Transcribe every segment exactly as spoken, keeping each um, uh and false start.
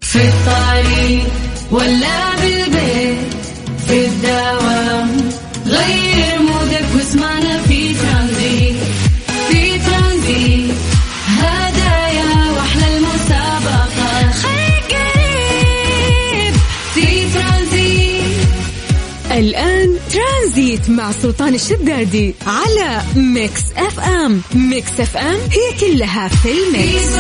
في الطريق ولا بالبيت في الدوام غير مودك واسمعنا في ترانزيت. في ترانزيت هدايا واحلى المسابقة خليك قريب في ترانزيت. الآن ترانزيت مع سلطان الشدادي على ميكس اف ام. ميكس اف ام هي كلها في الميكس.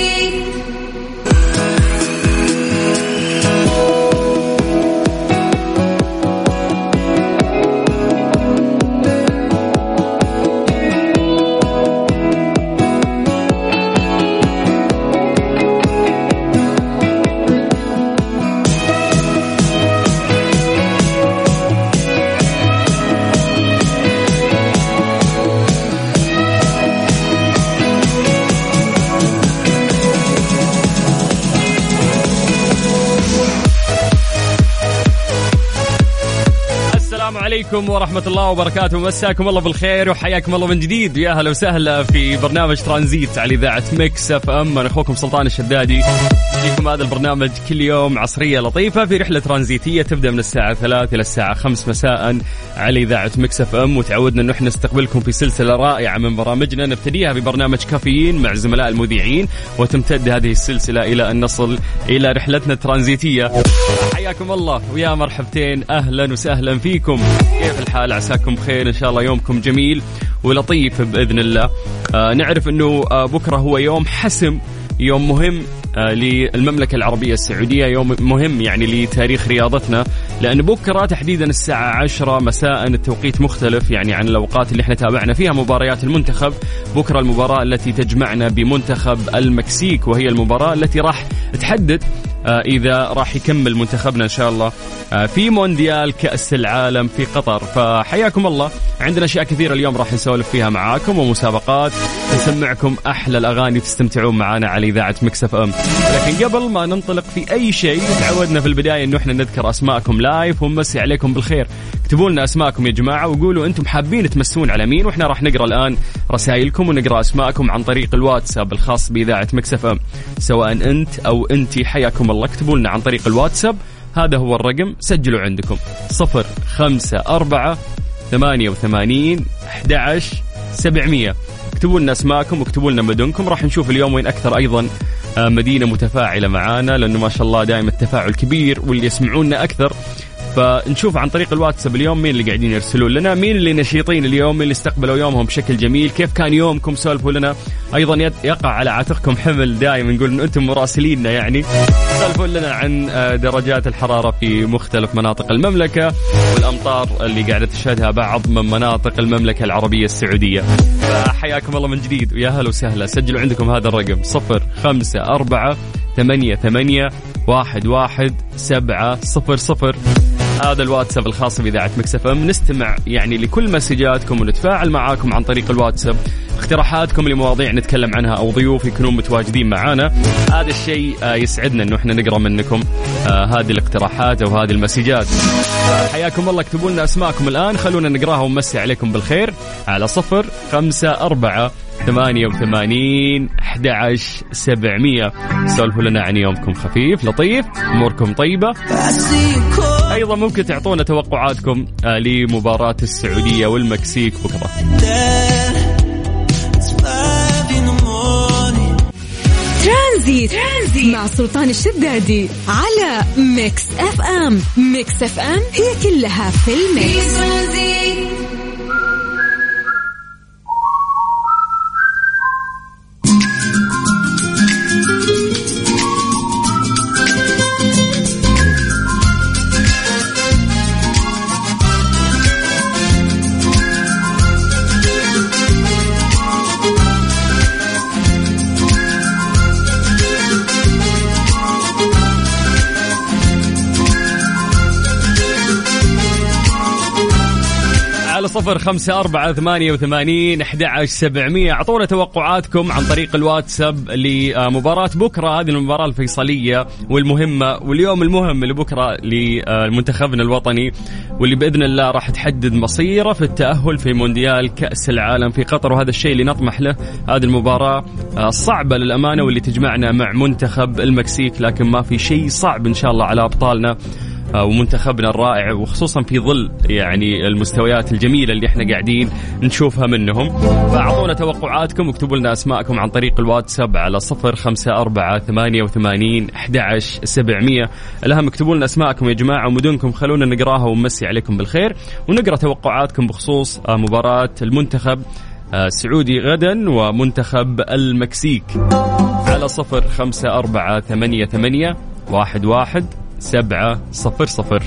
عليكم ورحمة الله وبركاته. مساكم الله بالخير وحياكم الله من جديد. يا هلا وسهلا في برنامج ترانزيت على إذاعة ميكس اف ام. أنا أخوكم سلطان الشدادي فيكم هذا البرنامج كل يوم عصرية لطيفة في رحلة ترانزيتية تبدأ من الساعة ثلاث إلى الساعة خمس مساء على إذاعة ميكس اف ام. وتعودنا أنه إحنا نستقبلكم في سلسلة رائعة من برامجنا نبتديها ببرنامج كافيين مع زملاء المذيعين وتمتد هذه السلسلة إلى أن نصل إلى رحلتنا الترانزيتية. حياكم الله ويا مرحبتين أهلا وسهلا فيكم. كيف الحال؟ عساكم بخير إن شاء الله. يومكم جميل ولطيف بإذن الله. آه نعرف أنه آه بكرة هو يوم حسم، يوم مهم آه للمملكة العربية السعودية، يوم مهم يعني لتاريخ رياضتنا، لأن بكرة تحديدا الساعة عشرة مساء التوقيت مختلف يعني عن الأوقات اللي احنا تابعنا فيها مباريات المنتخب. بكرة المباراة التي تجمعنا بمنتخب المكسيك، وهي المباراة التي راح تحدد آه إذا راح يكمل منتخبنا إن شاء الله آه في مونديال كأس العالم في قطر. فحياكم الله. عندنا أشياء كثيرة اليوم راح نسولف فيها معاكم ومسابقات، نسمعكم أحلى الأغاني تستمتعون معنا على إذاعة ميكس اف ام. لكن قبل ما ننطلق في أي شيء تعودنا في البداية إنه إحنا نذكر أسماءكم لايف ونمسي عليكم بالخير. اكتبوا لنا أسماءكم يا جماعة وقولوا أنتم حابين تمسون على مين، وإحنا راح نقرأ الآن رسائلكم ونقرأ أسماءكم عن طريق الواتساب الخاص بإذاعة ميكس اف ام. سواء أنت أو أنتي حياكم الله، اكتبوا لنا عن طريق الواتساب. هذا هو الرقم، سجلوا عندكم صفر خمسة أربعة ثمانية وثمانين أحد عشر سبعمية. اكتبوا لنا اسماءكم واكتبوا لنا مدنكم. راح نشوف اليوم وين أكثر أيضا مدينة متفاعلة معانا، لأنه ما شاء الله دائما التفاعل كبير واللي يسمعونا أكثر. فنشوف عن طريق الواتساب اليوم مين اللي قاعدين يرسلون لنا، مين اللي نشيطين اليوم، مين اللي استقبلوا يومهم بشكل جميل، كيف كان يومكم، سولفوا لنا. أيضا يقع على عاتقكم حمل دائما نقول إن أنتم مراسليننا، يعني سولفوا لنا عن درجات الحرارة في مختلف مناطق المملكة والأمطار اللي قاعدة تشهدها بعض من مناطق المملكة العربية السعودية. فحياكم الله من جديد ويا هلا وسهلا. سجلوا عندكم هذا الرقم صفر خمسة أربعة ثمانية ثمانية واحد واحد سبعة صفر صفر. هذا الواتساب الخاص بإذاعة ميكس اف ام. نستمع يعني لكل مسجاتكم ونتفاعل معاكم عن طريق الواتساب. اقتراحاتكم لمواضيع نتكلم عنها أو ضيوف يكونون متواجدين معانا، هذا الشيء يسعدنا إنه إحنا نقرأ منكم هذه الاقتراحات أو هذه المسجات. حياكم الله. اكتبوا لنا أسماءكم الآن، خلونا نقراها ونمسي عليكم بالخير على صفر خمسة أربعة ثمانية وثمانين أحد عشر سبعمية. سولفوا لنا عن يومكم خفيف لطيف، أموركم طيبة. أيضا ممكن تعطونا توقعاتكم لمباراة السعودية والمكسيك بكرة. ترانزيت مع سلطان الشدادي على ميكس اف ام. ميكس اف ام هي كلها في الميكس. صفر خمسة أربعة ثمانية وثمانين أحد عشر سبعمية. أعطونا توقعاتكم عن طريق الواتساب لمباراة بكرة، هذه المباراة الفيصلية والمهمة واليوم المهم اللي بكرة لمنتخبنا الوطني، واللي بإذن الله راح تحدد مصيره في التأهل في مونديال كأس العالم في قطر، وهذا الشيء اللي نطمح له. هذه المباراة صعبة للأمانة واللي تجمعنا مع منتخب المكسيك، لكن ما في شيء صعب إن شاء الله على أبطالنا ومنتخبنا الرائع، وخصوصا في ظل يعني المستويات الجميلة اللي احنا قاعدين نشوفها منهم. فأعطونا توقعاتكم واكتبوا لنا أسماءكم عن طريق الواتساب على صفر خمسة أربعة ثمانية وثمانين أحد عشر سبعمية. الأهم اكتبوا لنا أسماءكم يا جماعة ومدنكم، خلونا نقراها ونمسي عليكم بالخير، ونقرأ توقعاتكم بخصوص مباراة المنتخب السعودي غدا ومنتخب المكسيك على صفر خمسة أربعة ثمانية ثمانية واحد واحد سبعة صفر صفر.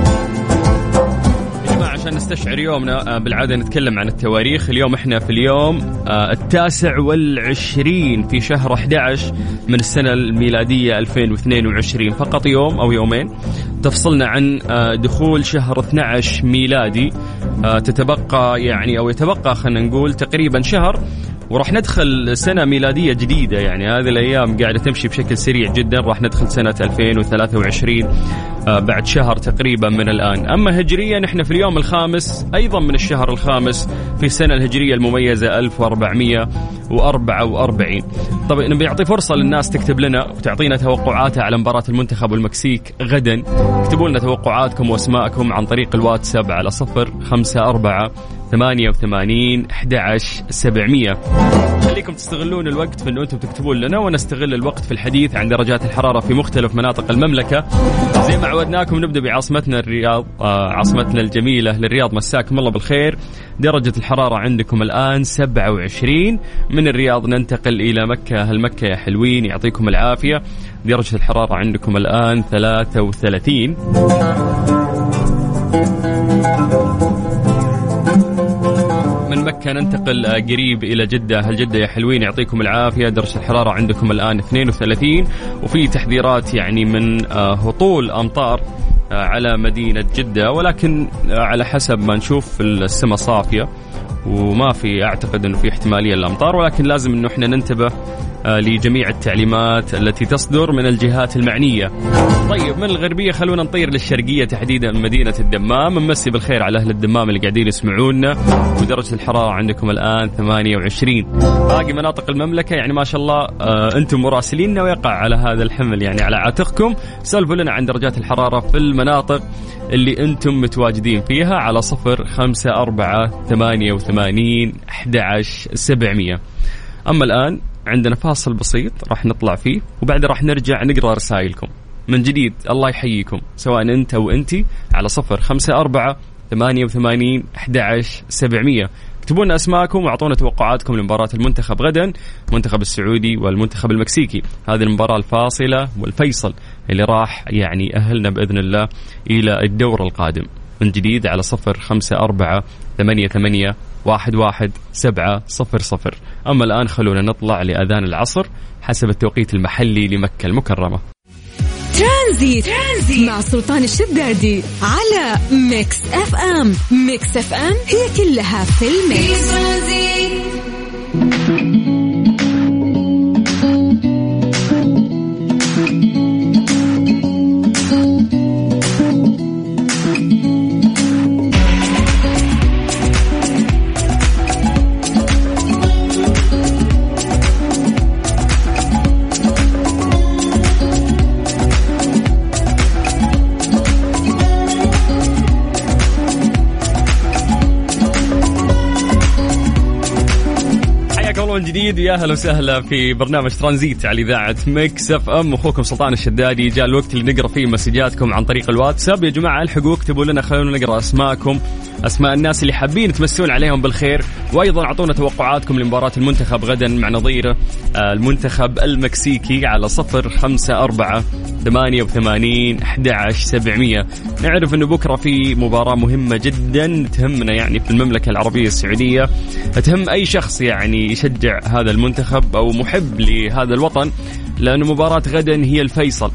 عشان نستشعر يومنا بالعادة نتكلم عن التواريخ. اليوم احنا في اليوم التاسع والعشرين في شهر أحد عشر من السنة الميلادية ألفين واثنين وعشرين، فقط يوم أو يومين تفصلنا عن دخول شهر اثني عشر ميلادي. تتبقى يعني أو يتبقى خلينا نقول تقريبا شهر وراح ندخل سنة ميلادية جديدة. يعني هذه الأيام قاعدة تمشي بشكل سريع جدا، راح ندخل سنة ألفين وثلاثة وعشرين بعد شهر تقريبا من الآن. أما هجريا نحن في اليوم الخامس أيضا من الشهر الخامس في السنة الهجرية المميزة ألف وأربعمية وأربعة وأربعين. طبعا نبي نعطي فرصة للناس تكتب لنا وتعطينا توقعاتها على مباراة المنتخب والمكسيك غدا. اكتبوا لنا توقعاتكم واسماءكم عن طريق الواتساب على صفر خمسة أربعة ثمانية وثمانين أحد عشر سبعمية. خليكم تستغلون الوقت في أنه أنتم تكتبون لنا ونستغل الوقت في الحديث عن درجات الحرارة في مختلف مناطق المملكة. زي ما عودناكم نبدأ بعاصمتنا الرياض، آه عاصمتنا الجميلة للرياض. مساكم الله بالخير. درجة الحرارة عندكم الآن سبعة وعشرين. من الرياض ننتقل إلى مكة. هل مكة يا حلوين يعطيكم العافية. درجة الحرارة عندكم الآن ثلاثة وثلاثين. من مكة ننتقل قريب إلى جدة. هل جدة يا حلوين يعطيكم العافية. درجة الحرارة عندكم الآن اثنين وثلاثين، وفي تحذيرات يعني من هطول أمطار على مدينة جدة، ولكن على حسب ما نشوف السماء صافية وما في أعتقد أنه في احتمالية للأمطار، ولكن لازم أنه احنا ننتبه لجميع التعليمات التي تصدر من الجهات المعنية. طيب من الغربية خلونا نطير للشرقية، تحديدا مدينة الدمام. نمسي بالخير على أهل الدمام اللي قاعدين يسمعونا، ودرجة الحرارة عندكم الآن ثمانية وعشرين. باقي مناطق المملكة يعني ما شاء الله آه أنتم مراسليننا ويقع على هذا الحمل يعني على عاتقكم. سألفوا لنا عن درجات الحرارة في المناطق اللي أنتم متواجدين فيها على صفر خمسة أربعة ثمانية وثمانين أحد عشر سبعمية. أما الآن عندنا فاصل بسيط راح نطلع فيه، وبعد راح نرجع نقرأ رسائلكم من جديد. الله يحييكم سواء أنت أو أنتي على صفر خمسة أربعة ثمانية وثمانين أحد عشر سبعمية. اكتبوا أسماءكم وأعطونا توقعاتكم لمباراة المنتخب غدا، منتخب السعودي والمنتخب المكسيكي. هذه المباراة الفاصلة والفيصل اللي راح يعني أهلنا بإذن الله إلى الدور القادم. من جديد على صفر خمسة أربعة ثمانية ثمانية واحد واحد سبعة صفر صفر. أما الآن خلونا نطلع لأذان العصر حسب التوقيت المحلي لمكة المكرمة. ترانزيت. ترانزيت مع سلطان الشدادي على ميكس اف ام. ميكس اف ام هي كلها في الميكس. من جديد يا اهلا وسهلا في برنامج ترانزيت على اذاعه ميكس اف ام. اخوكم سلطان الشدادي. جاء الوقت اللي نقرا فيه مسجاتكم عن طريق الواتساب. يا جماعه الحقوا اكتبوا لنا، خلونا نقرا اسماءكم، اسماء الناس اللي حابين تمسون عليهم بالخير، وايضا اعطونا توقعاتكم لمباراه المنتخب غدا مع نظيره المنتخب المكسيكي على صفر خمسة أربعة ثمانية وثمانين أحد عشر سبعمية. نعرف انه بكره في مباراه مهمه جدا تهمنا يعني في المملكه العربيه السعوديه، تهم اي شخص يعني يشجع هذا المنتخب أو محب لهذا الوطن، لأن مباراة غدا هي الفيصل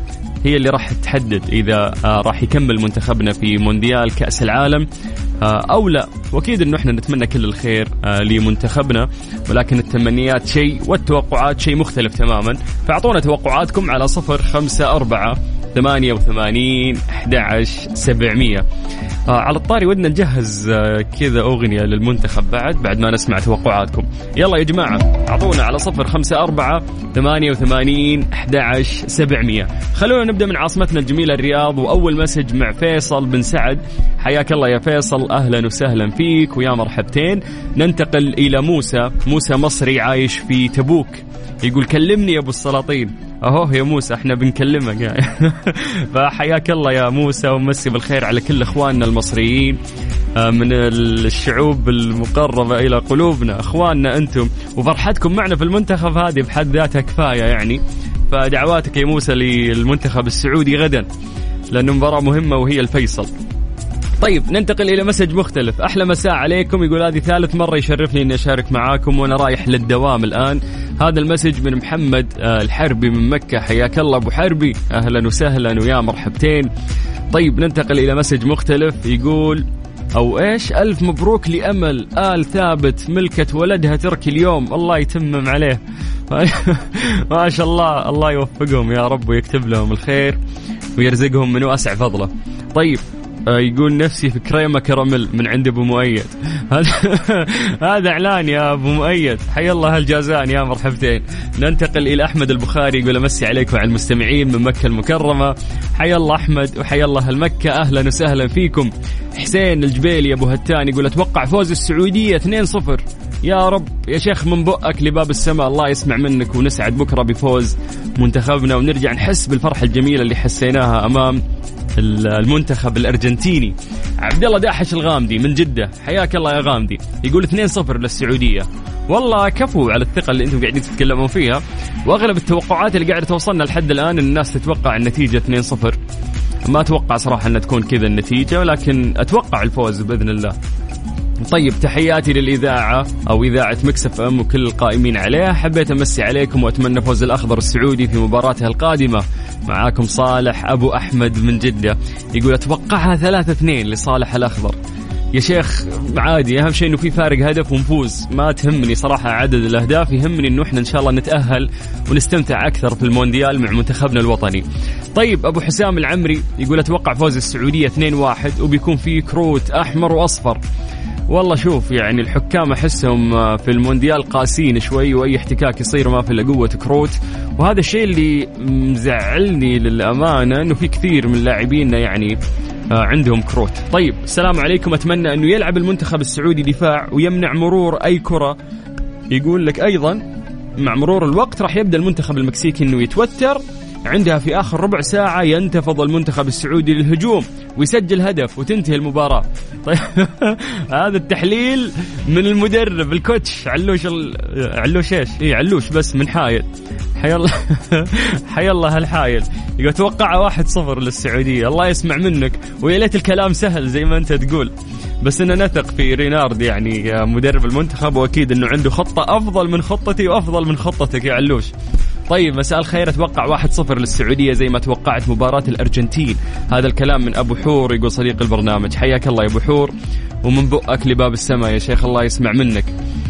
هي اللي راح تحدد إذا راح يكمل منتخبنا في مونديال كأس العالم أو لا. وأكيد أنه إحنا نتمنى كل الخير لمنتخبنا، ولكن التمنيات شيء والتوقعات شيء مختلف تماما. فأعطونا توقعاتكم على صفر خمسة أربعة ثمانية وثمانين أحد عشر سبعمية. آه على الطاري ودنا نجهز آه كذا أغنية للمنتخب بعد بعد ما نسمع توقعاتكم. يلا يا جماعة أعطونا على صفر خمسة أربعة ثمانية وثمانين أحد عشر سبعمية. خلونا نبدأ من عاصمتنا الجميلة الرياض، وأول مسج مع فيصل بن سعد. حياك الله يا فيصل، أهلا وسهلا فيك ويا مرحبتين. ننتقل إلى موسى. موسى مصري عايش في تبوك، يقول كلمني يا أبو السلاطين. أهو يا موسى احنا بنكلمك يعني. فحياك الله يا موسى ومسي بالخير على كل اخواننا المصريين من الشعوب المقربة الى قلوبنا. اخواننا انتم وفرحتكم معنا في المنتخب هذه بحد ذاتها كفاية يعني. فدعواتك يا موسى للمنتخب السعودي غدا لأنه مباراة مهمة وهي الفيصل. طيب ننتقل إلى مسج مختلف. أحلى مساء عليكم، يقول هذه ثالث مرة يشرفني أني أشارك معاكم وأنا رايح للدوام الآن. هذا المسج من محمد الحربي من مكة. حياك الله أبو حربي، أهلا وسهلا ويا مرحبتين. طيب ننتقل إلى مسج مختلف، يقول أو إيش ألف مبروك لأمل آل ثابت ملكة ولدها تركي اليوم، الله يتمم عليه. ما شاء الله، الله يوفقهم يا رب ويكتب لهم الخير ويرزقهم من واسع فضله. طيب يقول نفسي في كريمة كراميل من عند أبو مؤيد. هذا إعلان يا أبو مؤيد، حي الله هالجازان يا مرحبتين. ننتقل إلى أحمد البخاري، يقول أمسي عليكم وعلى المستمعين من مكة المكرمة. حي الله أحمد وحي الله المكة، أهلا وسهلا فيكم. حسين الجبيلي أبو هتان يقول أتوقع فوز السعودية اثنين صفر. يا رب يا شيخ من بؤك لباب السماء، الله يسمع منك ونسعد بكرة بفوز منتخبنا ونرجع نحس بالفرحة الجميلة اللي حسيناها أمام المنتخب الأرجنتيني. عبد الله داحش الغامدي من جدة، حياك الله يا غامدي، يقول اثنين صفر للسعودية. والله كفو على الثقة اللي انتم قاعدين تتكلمون فيها، واغلب التوقعات اللي قاعدة توصلنا لحد الآن الناس تتوقع النتيجة اثنين صفر. ما اتوقع صراحة ان تكون كذا النتيجة، ولكن اتوقع الفوز بإذن الله. طيب تحياتي للإذاعة أو إذاعة ميكس اف ام وكل القائمين عليها. حبيت أمسي عليكم وأتمنى فوز الأخضر السعودي في مباراتها القادمة. معاكم صالح أبو أحمد من جدة، يقول أتوقعها ثلاثة اثنين لصالح الأخضر. يا شيخ عادي، أهم شيء إنه في فارق هدف ونفوز، ما تهمني صراحة عدد الأهداف، يهمني إنه إحنا إن شاء الله نتأهل ونستمتع أكثر في المونديال مع منتخبنا الوطني. طيب أبو حسام العمري يقول أتوقع فوز السعودية اثنين واحد وبيكون فيه كروت أحمر وأصفر. والله شوف يعني الحكام أحسهم في المونديال قاسين شوي، وأي احتكاك يصير ما في إلا قوة كروت، وهذا الشيء اللي مزعلني للأمانة إنه في كثير من لاعبينا يعني عندهم كروت. طيب السلام عليكم، أتمنى أنه يلعب المنتخب السعودي دفاع ويمنع مرور أي كرة. يقول لك أيضا مع مرور الوقت راح يبدأ المنتخب المكسيكي أنه يتوتر، عندها في آخر ربع ساعة ينتفض المنتخب السعودي للهجوم ويسجل هدف وتنتهي المباراة. طيب هذا التحليل من المدرب الكوتش علوش ال... علوش ايش ايه علوش بس من حايل. حي الله حي الله هالحايل. يقول توقع واحد صفر للسعودية، الله يسمع منك، ويا ليت الكلام سهل زي ما انت تقول، بس انه نثق في رينارد يعني مدرب المنتخب، واكيد انه عنده خطة افضل من خطتي وافضل من خطتك يا علوش. طيب مساء الخير، أتوقع واحد صفر للسعودية زي ما توقعت مباراة الأرجنتين. هذا الكلام من أبو حور، يقول صديق البرنامج. حياك الله يا أبو حور ومن بؤك لباب السماء يا شيخ، الله يسمع منك.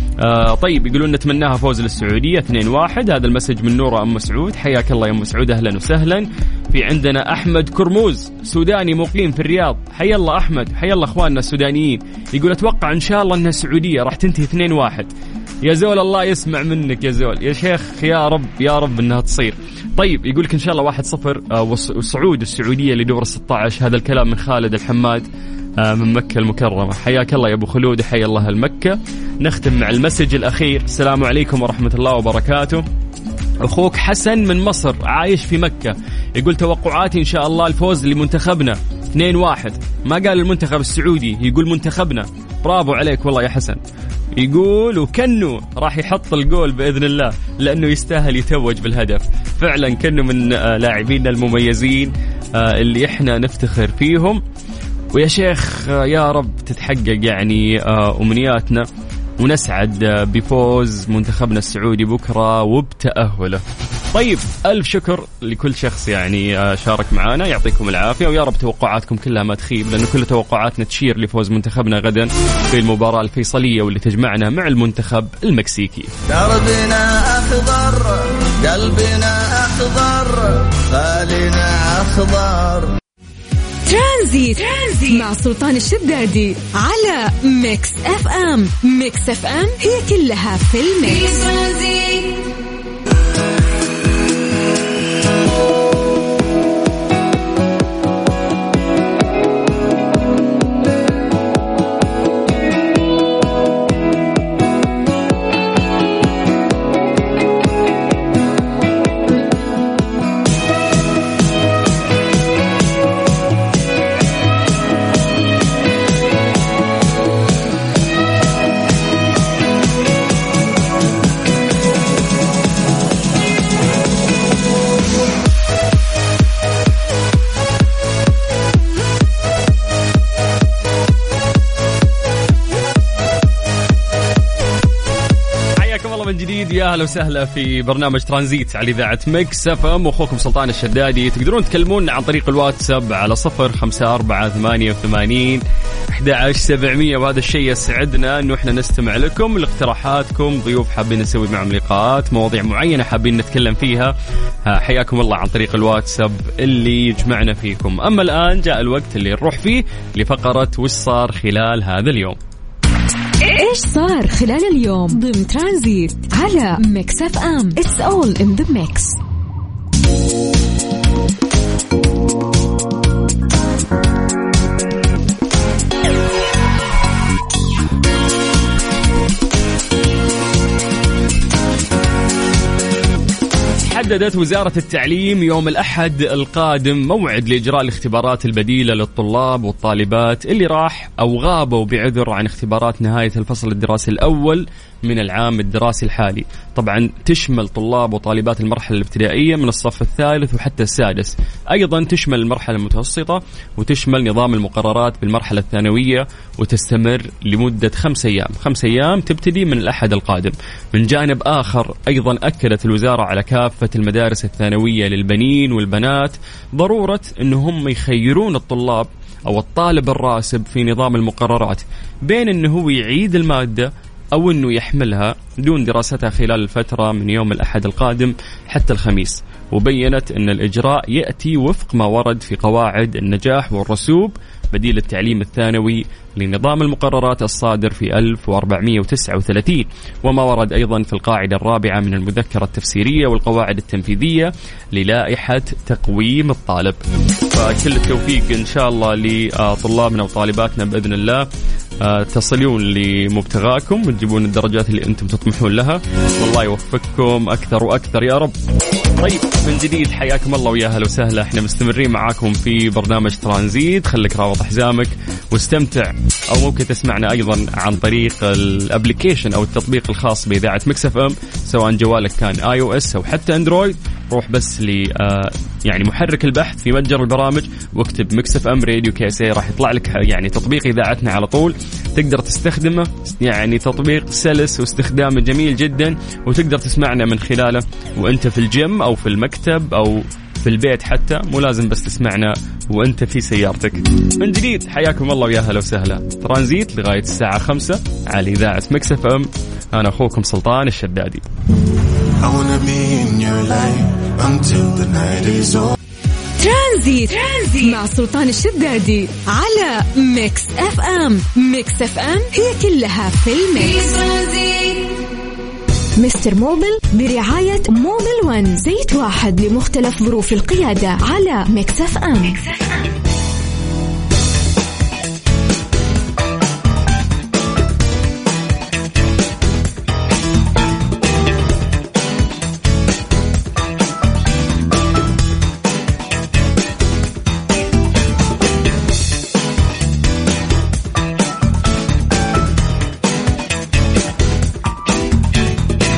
آه طيب يقولون نتمناها فوز للسعودية اثنين واحد. هذا المسج من نورة أم مسعود. حياك الله يا أم مسعود، أهلا وسهلا. في عندنا أحمد كرموز سوداني مقيم في الرياض. حي الله أحمد، حي الله أخواننا السودانيين. يقول أتوقع إن شاء الله أنها السعودية راح تنتهي اثنين واحد. يا زول الله يسمع منك يا زول يا شيخ، يا رب يا رب انها تصير. طيب يقولك ان شاء الله واحد صفر وصعود السعودية لدور ستة عشر. هذا الكلام من خالد الحماد من مكة المكرمة. حياك الله يا ابو خلود، حي الله المكة. نختم مع المسج الاخير. السلام عليكم ورحمة الله وبركاته. اخوك حسن من مصر عايش في مكة، يقول توقعاتي ان شاء الله الفوز لمنتخبنا اثنين واحد. ما قال المنتخب السعودي، يقول منتخبنا. برافو عليك والله يا حسن. يقول وكنه راح يحط الجول بإذن الله لأنه يستاهل يتوج بالهدف. فعلا كنه من لاعبين المميزين اللي احنا نفتخر فيهم. ويا شيخ يا رب تتحقق يعني أمنياتنا ونسعد بفوز منتخبنا السعودي بكرة وبتأهله. طيب ألف شكر لكل شخص يعني شارك معنا، يعطيكم العافية، ويا رب توقعاتكم كلها ما تخيب، لأنه كل توقعاتنا تشير لفوز منتخبنا غدا في المباراة الفيصلية واللي تجمعنا مع المنتخب المكسيكي. دربنا أخضر، قلبنا أخضر، خالنا أخضر. ترانزيت. ترانزيت مع سلطان الشدادي على ميكس اف ام. ميكس اف ام هي كلها في الميكس. يا أهلا وسهلا في برنامج ترانزيت على إذاعة ميكس اف ام، واخوكم سلطان الشدادي. تقدرون تكلمونا عن طريق الواتساب على صفر خمسة أربعة ثمانية وثمانين أحد عشر سبعمية، وهذا الشيء يسعدنا انه احنا نستمع لكم لاقتراحاتكم، ضيوف حابين نسوي معهم لقاءات، مواضيع معينة حابين نتكلم فيها، حياكم الله عن طريق الواتساب اللي يجمعنا فيكم. اما الآن جاء الوقت اللي نروح فيه لفقرة وش صار خلال هذا اليوم. إيش صار خلال اليوم ضمن ترانزيت على ميكس اف ام. It's all in the mix. حددت وزارة التعليم يوم الأحد القادم موعد لإجراء الاختبارات البديلة للطلاب والطالبات اللي راح أو غابوا بعذر عن اختبارات نهاية الفصل الدراسي الأول من العام الدراسي الحالي. طبعا تشمل طلاب وطالبات المرحلة الابتدائية من الصف الثالث وحتى السادس، أيضا تشمل المرحلة المتوسطة، وتشمل نظام المقررات بالمرحلة الثانوية، وتستمر لمدة خمس أيام خمس أيام تبتدي من الأحد القادم. من جانب آخر أيضا أكدت الوزارة على كافة المدارس الثانوية للبنين والبنات ضرورة أنهم يخيرون الطلاب أو الطالب الراسب في نظام المقررات بين أنه هو يعيد المادة أو أنه يحملها دون دراستها خلال الفترة من يوم الأحد القادم حتى الخميس. وبينت أن الإجراء يأتي وفق ما ورد في قواعد النجاح والرسوب بديل التعليم الثانوي لنظام المقررات الصادر في ألف وأربعمائة وتسعة وثلاثين، وما ورد أيضا في القاعدة الرابعة من المذكرة التفسيرية والقواعد التنفيذية للائحة تقويم الطالب. فكل التوفيق إن شاء الله لطلابنا وطالباتنا بإذن الله، تصلون لمبتغاكم وتجيبون الدرجات اللي أنتم تطمحون لها، والله يوفقكم أكثر وأكثر يا رب. طيب من جديد حياكم الله ويا هلا وسهلا، احنا مستمرين معاكم في برنامج ترانزيت. خليك رابط حزامك واستمتع، او ممكن تسمعنا ايضا عن طريق الابليكيشن او التطبيق الخاص باذاعه ميكس اف ام، سواء جوالك كان اي او اس او حتى اندرويد. روح بس ل يعني محرك البحث في متجر البرامج واكتب ميكس اف ام راديو كيسي، راح يطلع لك يعني تطبيق اذاعتنا على طول، تقدر تستخدمه، يعني تطبيق سلس واستخدامه جميل جدا، وتقدر تسمعنا من خلاله وانت في الجيم او في المكتب او في البيت حتى، مو لازم بس تسمعنا وانت في سيارتك. من جديد حياكم الله ويا هلا وسهلا، ترانزيت لغاية الساعة خمسة على إذاعة ميكس اف ام. أنا أخوكم سلطان الشدادي. ترانزيت. ترانزيت مع سلطان الشدادي على ميكس اف ام. ميكس اف ام هي كلها في الميكس. مستر موبل برعاية موبل ون، زيت واحد لمختلف ظروف القيادة على ميكس اف ام.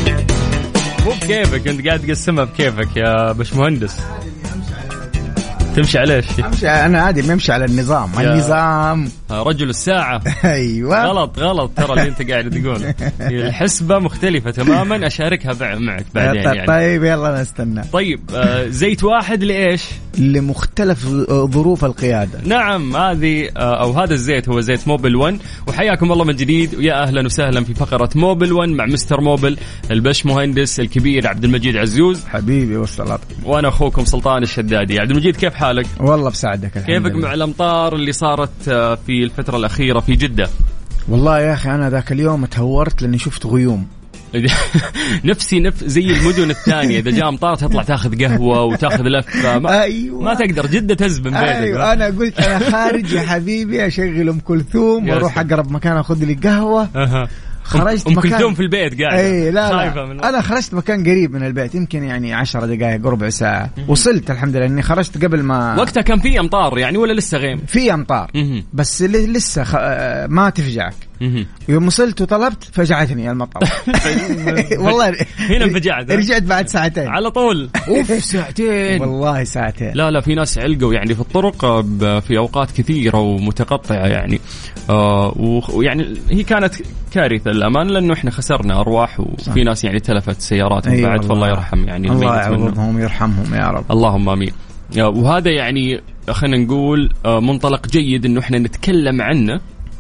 كيفك انت قاعد تقسمها بكيفك يا باش مهندس؟ تمشي على ايش؟ امشي انا عادي بمشي على النظام. النظام رجل الساعه. ايوه غلط غلط ترى اللي انت قاعد تقوله. الحسبه مختلفه تماما. اشاركها معك بعدين يعني. طيب يلا نستنى. طيب آه زيت واحد لايش؟ لمختلف ظروف القياده. نعم هذه آه او هذا الزيت هو زيت موبل ون. وحياكم الله من جديد ويا اهلا وسهلا في فقره موبل ون مع مستر موبل البش مهندس الكبير عبد المجيد عزوز حبيبي والصلاة. وانا اخوكم سلطان الشدادي. عبد المجيد كيف حالك؟ والله بساعدك. كيفك مع الامطار اللي صارت في الفتره الاخيره في جده؟ والله يا اخي انا ذاك اليوم تهورت لاني شفت غيوم. نفسي نف زي المدن الثانيه اذا جاء امطار تطلع تاخذ قهوه وتاخذ لفه ما, أيوة. ما تقدر جده تزبن بيتك. أيوة. انا قلت انا خارج يا حبيبي اشغل ام كلثوم واروح اقرب مكان اخذ لي قهوه. أه. خرجت أم مكان كلثوم في البيت قاعد. اي لا, لا. انا خرجت مكان قريب من البيت يمكن يعني عشر دقائق ربع ساعه. وصلت الحمد لله اني خرجت قبل ما وقتها كان في امطار يعني ولا لسه غيم؟ في امطار بس لسه خ... ما تفجعك. يوم وصلت وطلبت فجعتني المطر. والله هنا انفجعت. رجعت بعد ساعتين على طول. اوف ساعتين والله ساعتين. لا لا في ناس علقوا يعني في الطرق في اوقات كثيره ومتقطعه يعني آه ويعني هي كانت كارثه للأمان لأنه إحنا خسرنا أرواح وفي ناس يعني تلفت سياراتهم أيوة بعد. فالله يرحم يعني الله يعوضهم ويرحمهم يا رب. اللهم آمين. وهذا يعني خلينا نقول منطلق جيد إنه إحنا نتكلم عنه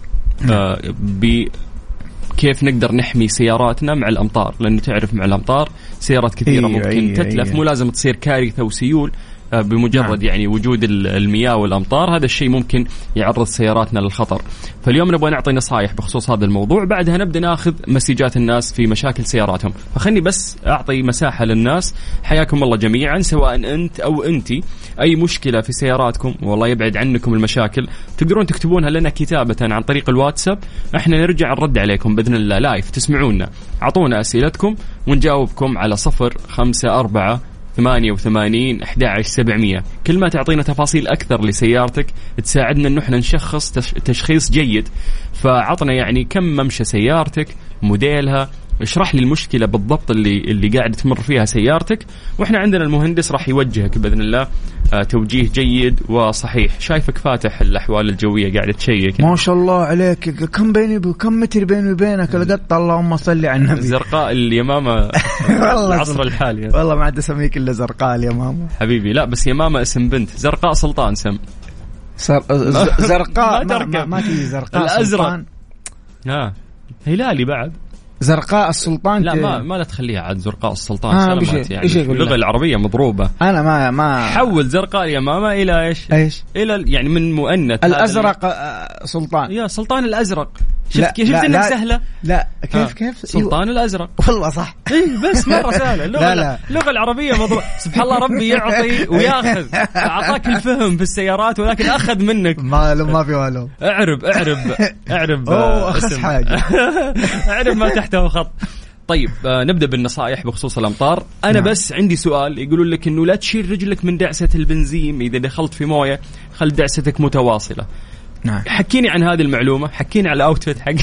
بكيف نقدر نحمي سياراتنا مع الأمطار لأنه تعرف مع الأمطار سيارات كثيرة أيوة ممكن أيوة تتلف أيوة. مو لازم تصير كارثة وسيول بمجرد نعم. يعني وجود المياه والأمطار هذا الشيء ممكن يعرض سياراتنا للخطر. فاليوم نبغى نعطي نصائح بخصوص هذا الموضوع. بعدها نبدأ ناخذ مسجات الناس في مشاكل سياراتهم. فخلني بس أعطي مساحة للناس. حياكم الله جميعا سواء أنت أو أنتي أي مشكلة في سياراتكم والله يبعد عنكم المشاكل تقدرون تكتبونها لنا كتابة عن طريق الواتساب. احنا نرجع نرد عليكم بإذن الله لايف. تسمعونا عطونا أسئلتكم ونجاوبكم على صفر خمسة أربعة ثمانية وثمانين أحد عشر سبعمية. كل ما تعطينا تفاصيل أكثر لسيارتك تساعدنا إنه إحنا نشخص تشخيص جيد. فعطنا يعني كم ممشى سيارتك موديلها اشرح لي المشكلة بالضبط اللي اللي قاعد تمر فيها سيارتك وإحنا عندنا المهندس راح يوجهك بإذن الله آه توجيه جيد وصحيح. شايفك فاتح الأحوال الجوية قاعد تشيك ما شاء الله عليك. كم بيني كم متر بيني وبينك لقطت اللهم صل على النبي. زرقاء اليمامة العصر الحالي والله ما عاد اسميك إلا زرقاء اليمامة حبيبي. لا بس يمامة اسم بنت زرقاء سلطان سم سر... زرقاء ما, ما, ما تيجي زرقاء الأزرق ها هلالي بعد زرقاء السلطان. لا ما ما لا تخليها عاد زرقاء السلطان آه سلامات يعني اللغة العربية مضروبة. أنا ما ما حول زرقاء يا ماما إلى إيش إيش إلى يعني من مؤنث الأزرق سلطان يا سلطان الأزرق. شفت كيف شفت إنك سهلة. لا كيف آه. كيف سلطان الأزرق والله صح. إيه بس مرة سهلة. اللغة لا لا. اللغة العربية مضروبة. سبحان الله ربي يعطي وياخذ. أعطاك الفهم في السيارات ولكن أخذ منك ما له ما في والو. أعرب أعرب أعرب اسم حاجة. أعرب ما تحته خط. طيب آه نبدأ بالنصائح بخصوص الأمطار. أنا نعم. بس عندي سؤال. يقولون لك إنه لا تشيل رجلك من دعسة البنزين إذا دخلت في موية خل دعستك متواصلة. نعم. حكيني عن هذه المعلومة. حكيني على الأوتفيت حق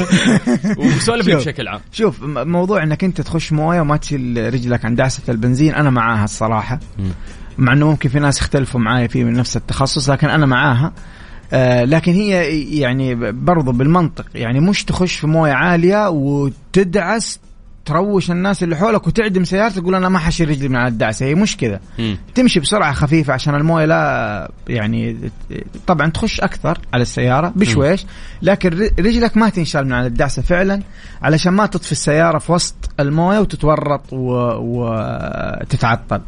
وسولف لي بشكل عام. شوف موضوع إنك أنت تخش موية وما تشيل رجلك عن دعسة البنزين أنا معاها الصراحة. م. مع إنه ممكن في ناس يختلفوا معايا فيه من نفس التخصص لكن أنا معاها. آه لكن هي يعني برضو بالمنطق يعني مش تخش في موية عالية وتدعس تروش الناس اللي حولك وتعدم سيارتك تقول أنا ما حشيل رجلي من على الدعسة. هي مش كذا. تمشي بسرعة خفيفة عشان الموية لا يعني طبعا تخش أكثر على السيارة بشويش لكن رجلك ما تنشال من على الدعسة فعلا علشان ما تطفي السيارة في وسط الموية وتتورط وتتعطل.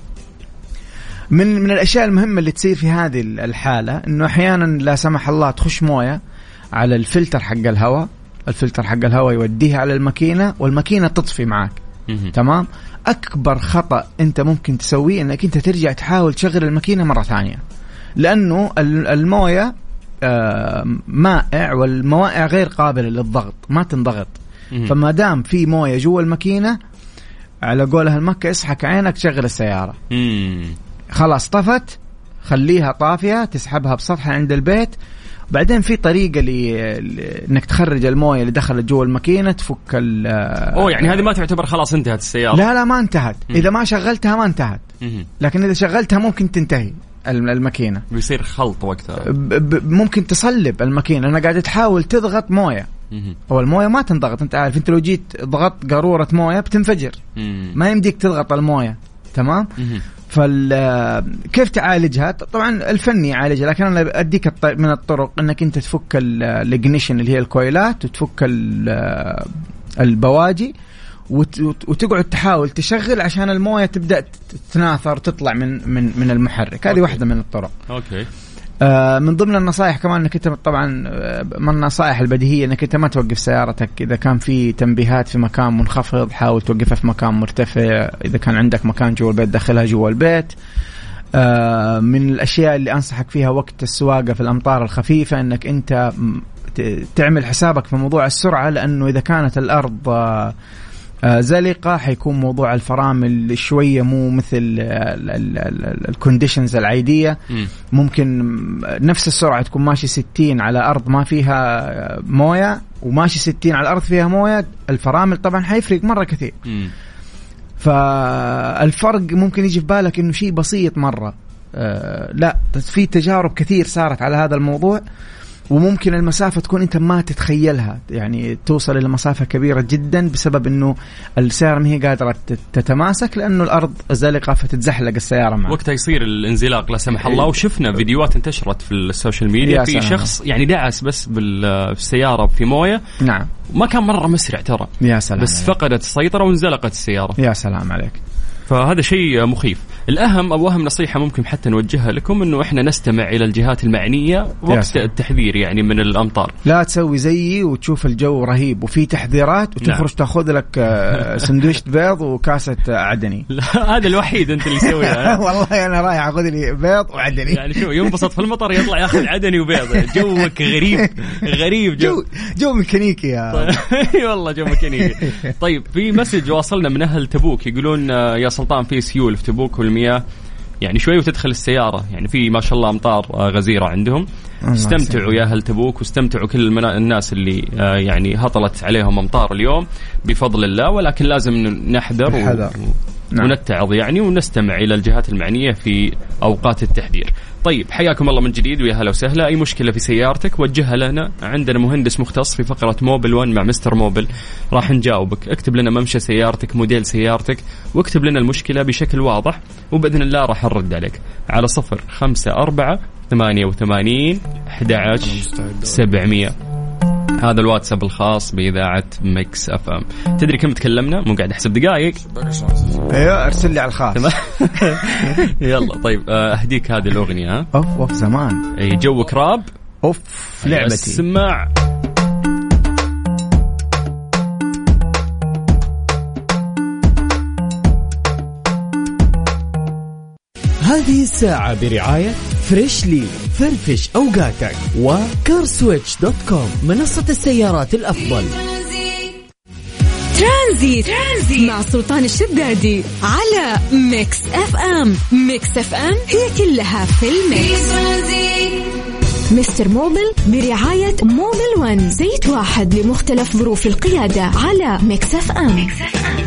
من من الأشياء المهمة اللي تصير في هذه الحالة إنه أحيانا لا سمح الله تخش موية على الفلتر حق الهواء. الفلتر حق الهواء يوديها على الماكينة والماكينة تطفي معاك. تمام. أكبر خطأ أنت ممكن تسويه إنك أنت ترجع تحاول تشغل الماكينة مرة ثانية لأنه الموية مائع والموائع غير قابلة للضغط ما تنضغط. فما دام في موية جوا الماكينة على قولها المكة اسحك عينك تشغل السيارة. خلاص طفت خليها طافية تسحبها بسطحها عند البيت. بعدين في طريقة لي انك تخرج المويه اللي دخلت جوا الماكينه تفك ال اوه يعني هذه ما تعتبر خلاص انتهت السياره. لا لا ما انتهت. اذا ما شغلتها ما انتهت لكن اذا شغلتها ممكن تنتهي الماكينة بيصير خلط وقتها، ممكن تصلب الماكينة. أنا قاعد تحاول تضغط موية، هو الموية ما تنضغط. أنت عارف، أنت لو جيت ضغطت قارورة موية بتنفجر، ما يمديك تضغط الموية. تمام. فكيف تعالجها؟ طبعا الفني يعالجها، لكن أنا أديك من الطرق أنك أنت تفك الإجنيشن اللي هي الكويلات، وتفك البواجي، وتقعد تحاول تشغل عشان المويه تبدا تتناثر تطلع من من من المحرك. هذه واحده من الطرق. اوكي. آه من ضمن النصائح كمان انك انت طبعا من النصائح البديهيه انك انت ما توقف سيارتك اذا كان في تنبيهات في مكان منخفض، حاول توقفها في مكان مرتفع. اذا كان عندك مكان جوا البيت دخلها جوا البيت. آه من الاشياء اللي انصحك فيها وقت السواقه في الامطار الخفيفه انك انت تعمل حسابك في موضوع السرعه، لانه اذا كانت الارض آه زلقة حيكون موضوع الفرامل شوية مو مثل الكونديشنز العادية. ممكن نفس السرعة تكون ماشي ستين على أرض ما فيها موية، وماشي ستين على الأرض فيها موية، الفرامل طبعا حيفرق مرة كثير. فالفرق ممكن يجي في بالك إنه شيء بسيط مرة، آه لا، في تجارب كثير صارت على هذا الموضوع، وممكن المسافة تكون أنت ما تتخيلها، يعني توصل إلى مسافة كبيرة جدا بسبب إنه السيارة ما هي قادرة تتماسك لأنه الأرض زلقة فتتزحلق السيارة معه. وقتها يصير الانزلاق لا سمح الله. وشفنا فيديوهات انتشرت في السوشيال ميديا في شخص يعني دعس بس بالسيارة في موية. نعم. ما كان مرة مسرع ترى. يا سلام. بس عليك. فقدت السيطرة وانزلقت السيارة. يا سلام عليك. فهذا شيء مخيف. الأهم أو أهم نصيحة ممكن حتى نوجهها لكم إنه إحنا نستمع إلى الجهات المعنية وقت التحذير يعني من الأمطار. لا تسوي زيي وتشوف الجو رهيب وفي تحذيرات وتخرج نعم. تأخذ لك سندويشة بيض وكاسة عدني. هذا الوحيد أنت اللي يسويها. والله أنا رايح أخذ لي بيض وعدني. يعني شو ينبسط في المطر يطلع يأخذ عدني وبيض. جوك غريب غريب جو جو, جو ميكانيكي يا. والله جو ميكانيكي. طيب في مسج واصلنا من أهل تبوك يقولون يا سلطان في سيول في تبوك والمياه يعني شوي وتدخل السيارة، يعني في ما شاء الله أمطار غزيرة عندهم. استمتعوا يا أهل تبوك واستمتعوا كل المنا... الناس اللي يعني هطلت عليهم أمطار اليوم بفضل الله، ولكن لازم نحذر و... نعم. ونتعظ يعني ونستمع إلى الجهات المعنية في أوقات التحذير. طيب حياكم الله من جديد ويا هلا وسهلا. أي مشكلة في سيارتك وجهها لنا، عندنا مهندس مختص في فقرة موبل ون مع مستر موبل راح نجاوبك. اكتب لنا ممشى سيارتك، موديل سيارتك، واكتب لنا المشكلة بشكل واضح وبإذن الله راح نرد عليك على صفر خمسة أربعة ثمانية وثمانين أحد عشر سبعمية. هذا الواتساب الخاص بإذاعة ميكس أف أم. تدري كم تكلمنا؟ مو قاعد أحسب دقائق. ايوه ارسل لي على الخاص. يلا طيب أهديك هذه الأغنية. ها أوف أوف زمان. أي جوك راب. أوف لعبتي. اسمع. هذه الساعة برعاية فريشلي، فرفش أوقاتك، وكارسويتش دوت كوم منصة السيارات الأفضل. ترانزيت. ترانزيت مع سلطان الشدادي على ميكس اف ام. ميكس اف ام هي كلها في الميكس. مستر موبل برعاية موبل ون، زيت واحد لمختلف ظروف القيادة على ميكس اف ام. ميكس اف ام.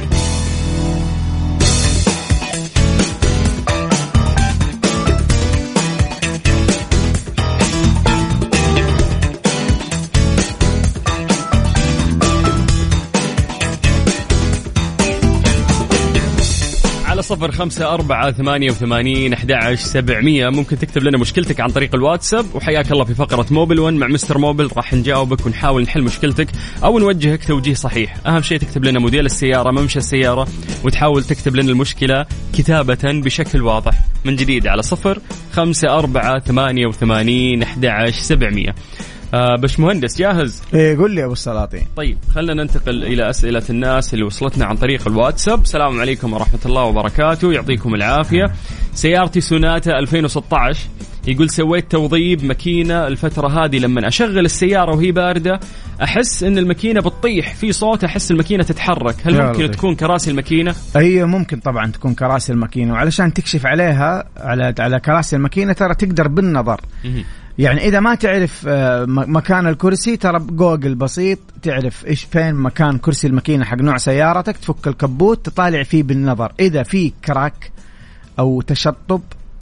صفر خمسة أربعة ثمانية وثمانين أحد عشر سبعمية. ممكن تكتب لنا مشكلتك عن طريق الواتساب. وحياك الله في فقرة موبل ون مع مستر موبل، راح نجاوبك ونحاول نحل مشكلتك أو نوجهك توجيه صحيح. أهم شيء تكتب لنا موديل السيارة، ممشى السيارة، وتحاول تكتب لنا المشكلة كتابة بشكل واضح. من جديد على صفر خمسة أربعة ثمانية وثمانين أحد عشر سبعمية. آه باش مهندس جاهز؟ ايه قل لي يا ابو السلاطين. طيب خلينا ننتقل الى اسئله الناس اللي وصلتنا عن طريق الواتساب. السلام عليكم ورحمه الله وبركاته، يعطيكم العافيه. سيارتي سوناتا ألفين وستة عشر، يقول سويت توظيب ماكينه الفتره هذه، لما اشغل السياره وهي بارده احس ان الماكينه بتطيح في صوت، احس الماكينه تتحرك. هل ممكن رضي. تكون كراسي الماكينه؟ اي ممكن طبعا تكون كراسي الماكينه، وعلشان تكشف عليها على على كراسي الماكينه ترى تقدر بالنظر. يعني إذا ما تعرف مكان الكرسي ترى جوجل بسيط تعرف إيش فين مكان كرسي الماكينة حق نوع سيارتك، تفك الكبوت تطالع فيه بالنظر. إذا في كراك أو تشطب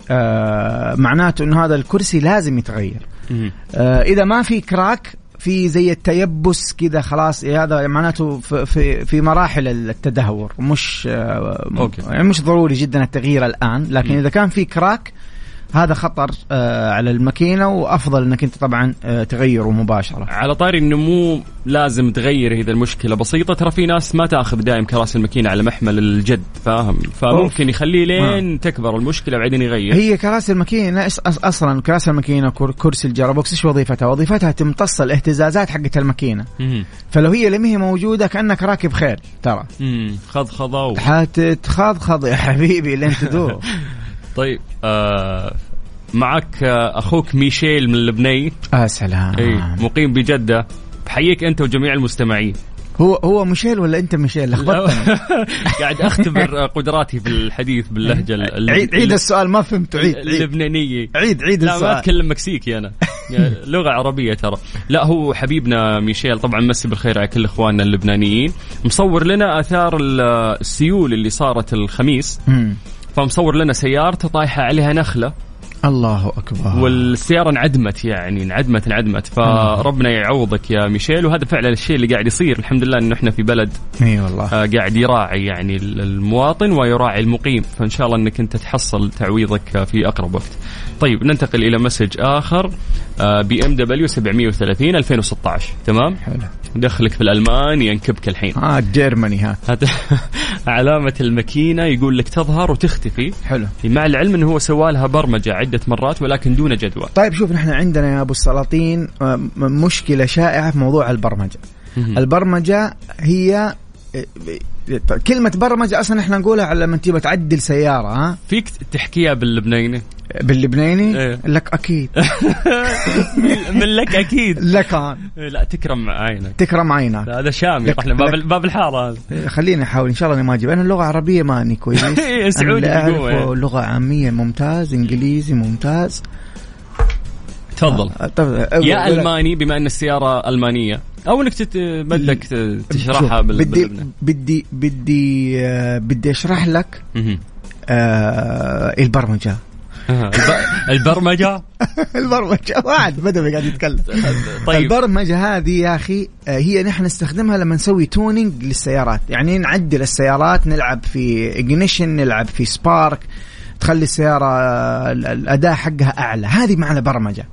آه معناته انه هذا الكرسي لازم يتغير. آه اذا ما في كراك، في زي التيبس كده خلاص، هذا معناته في في في مراحل التدهور، مش آه يعني مش ضروري جدا التغيير الآن، لكن م. إذا كان في كراك هذا خطر آه على الماكينة، وأفضل أنك أنت طبعا آه تغيره مباشرة. على طاري إنه مو لازم تغير، إذا المشكلة بسيطة ترى في ناس ما تأخذ دائم كراسي الماكينة على محمل الجد، فاهم؟ فممكن يخليه لين آه. تكبر المشكلة بعدين يغير. هي كراسي الماكينة أصلا كراسي الماكينة كرسي الجرابوكس إيش وظيفتها؟ وظيفتها تمتص الاهتزازات حقت الماكينة. م- فلو هي لم هي موجودة كأنك راكب خير ترى. خضخضة و... حتتخضخض يا حبيبي لين تدور. طيب آه معك أخوك ميشيل من اللبناني. آه سلام. إيه مقيم بجدة، بحييك أنت وجميع المستمعين. هو هو ميشيل ولا أنت ميشيل؟ لخبطتني. قاعد أختبر قدراتي في الحديث باللهجة عيد عيد السؤال ما فهمت. عيد اللبنانية. عيد عيد لا السؤال. ما أتكلم مكسيكي أنا، لغة عربية ترى. لا هو حبيبنا ميشيل طبعا مسي بالخير على كل إخواننا اللبنانيين، مصور لنا آثار السيول اللي صارت الخميس. م. فمصور لنا سيارته طايحة عليها نخلة. الله أكبر. والسيارة انعدمت، يعني انعدمت انعدمت فربنا يعوضك يا ميشيل. وهذا فعلا الشيء اللي قاعد يصير، الحمد لله إنه إحنا في بلد اي والله آه قاعد يراعي يعني المواطن ويراعي المقيم، فإن شاء الله إنك أنت تحصل تعويضك في أقرب وقت. طيب ننتقل إلى مسج آخر. آه بي ام دبليو سبعمية وثلاثين ألفين وستة عشر. تمام. حلو. دخلك في الألمان ينكبك الحين. آه جيرماني ها. علامة الماكينة يقول لك تظهر وتختفي. حلو. مع العلم إنه هو سوالها برمجة عدة مرات ولكن دون جدوى. طيب شوف، نحن عندنا يا أبو السلاطين مشكلة شائعة في موضوع البرمجة. البرمجة هي كلمة برمجة أصلا إحنا نقولها على لما تيجي تعدل سيارة. ها فيك تحكيها باللبناني؟ باللبناني إيه؟ لك أكيد. من لك أكيد لكان لا تكرم عينك. تكرم عينك. هذا شامي رحنا باب باب الحارة هذا. خليني أحاول إن شاء الله ما أجيب. أنا اللغة العربية ماني كويس. سعودي أعرف لغة عامية ممتاز، إنجليزي ممتاز. تفضل. يا ألماني بما أن السيارة ألمانية، أو إنك بدك تشرحها بال بدي بدي بدي آه بدي أشرح لك آه البرمجة. البرمجة البرمجة واحد بدأ قاعد يتكلم. طيب. البرمجة هذه يا أخي هي نحن نستخدمها لما نسوي تونينج للسيارات، يعني نعدل السيارات، نلعب في إجنيشن، نلعب في سبارك، تخلي السيارة الأداء حقها أعلى. هذه معنى برمجة.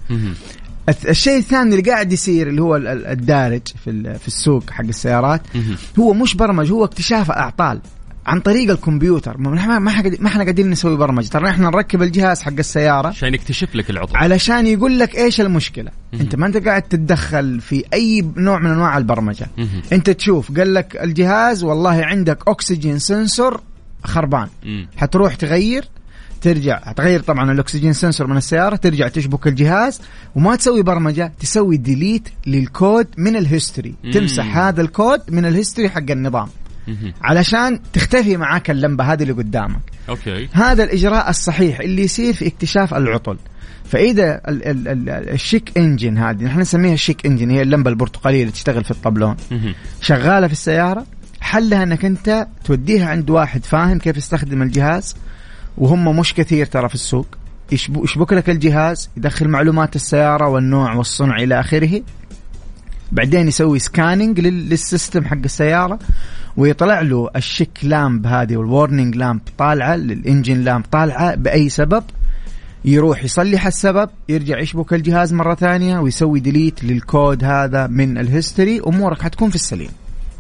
الشيء الثاني اللي قاعد يصير اللي هو الدارج في في السوق حق السيارات هو مش برمج، هو اكتشاف أعطال عن طريق الكمبيوتر. ما ما ما احنا قاعدين نسوي برمجة، ترى احنا نركب الجهاز حق السيارة عشان يكتشف لك العطل، علشان يقول لك ايش المشكلة. انت ما انت قاعد تتدخل في اي نوع من انواع البرمجة. انت تشوف قال لك الجهاز والله عندك اكسجين سنسور خربان، حتروح تغير، ترجع تغير طبعا الاكسجين سنسور من السيارة، ترجع تشبك الجهاز وما تسوي برمجة، تسوي ديليت للكود من الهيستوري، تمسح هذا الكود من الهيستوري حق النظام علشان تختفي معاك اللمبة هذه اللي قدامك. أوكي. هذا الإجراء الصحيح اللي يصير في اكتشاف العطل. فإذا ال ال ال الشيك انجن هذه نحن نسميها الشيك انجن، هي اللمبة البرتقالية اللي تشتغل في الطبلون شغالة في السيارة، حلها أنك أنت توديها عند واحد فاهم كيف يستخدم الجهاز، وهم مش كثير ترى في السوق، يشبك لك الجهاز، يدخل معلومات السيارة والنوع والصنع إلى آخره، بعدين يسوي سكانينج للسيستم حق السيارة ويطلع له الشيك لامب هذه والورنينج لامب طالعة، للإنجن لامب طالعة بأي سبب، يروح يصلح السبب، يرجع يشبك الجهاز مرة ثانية ويسوي ديليت للكود هذا من الهيستوري، أمورك حتكون في السليم.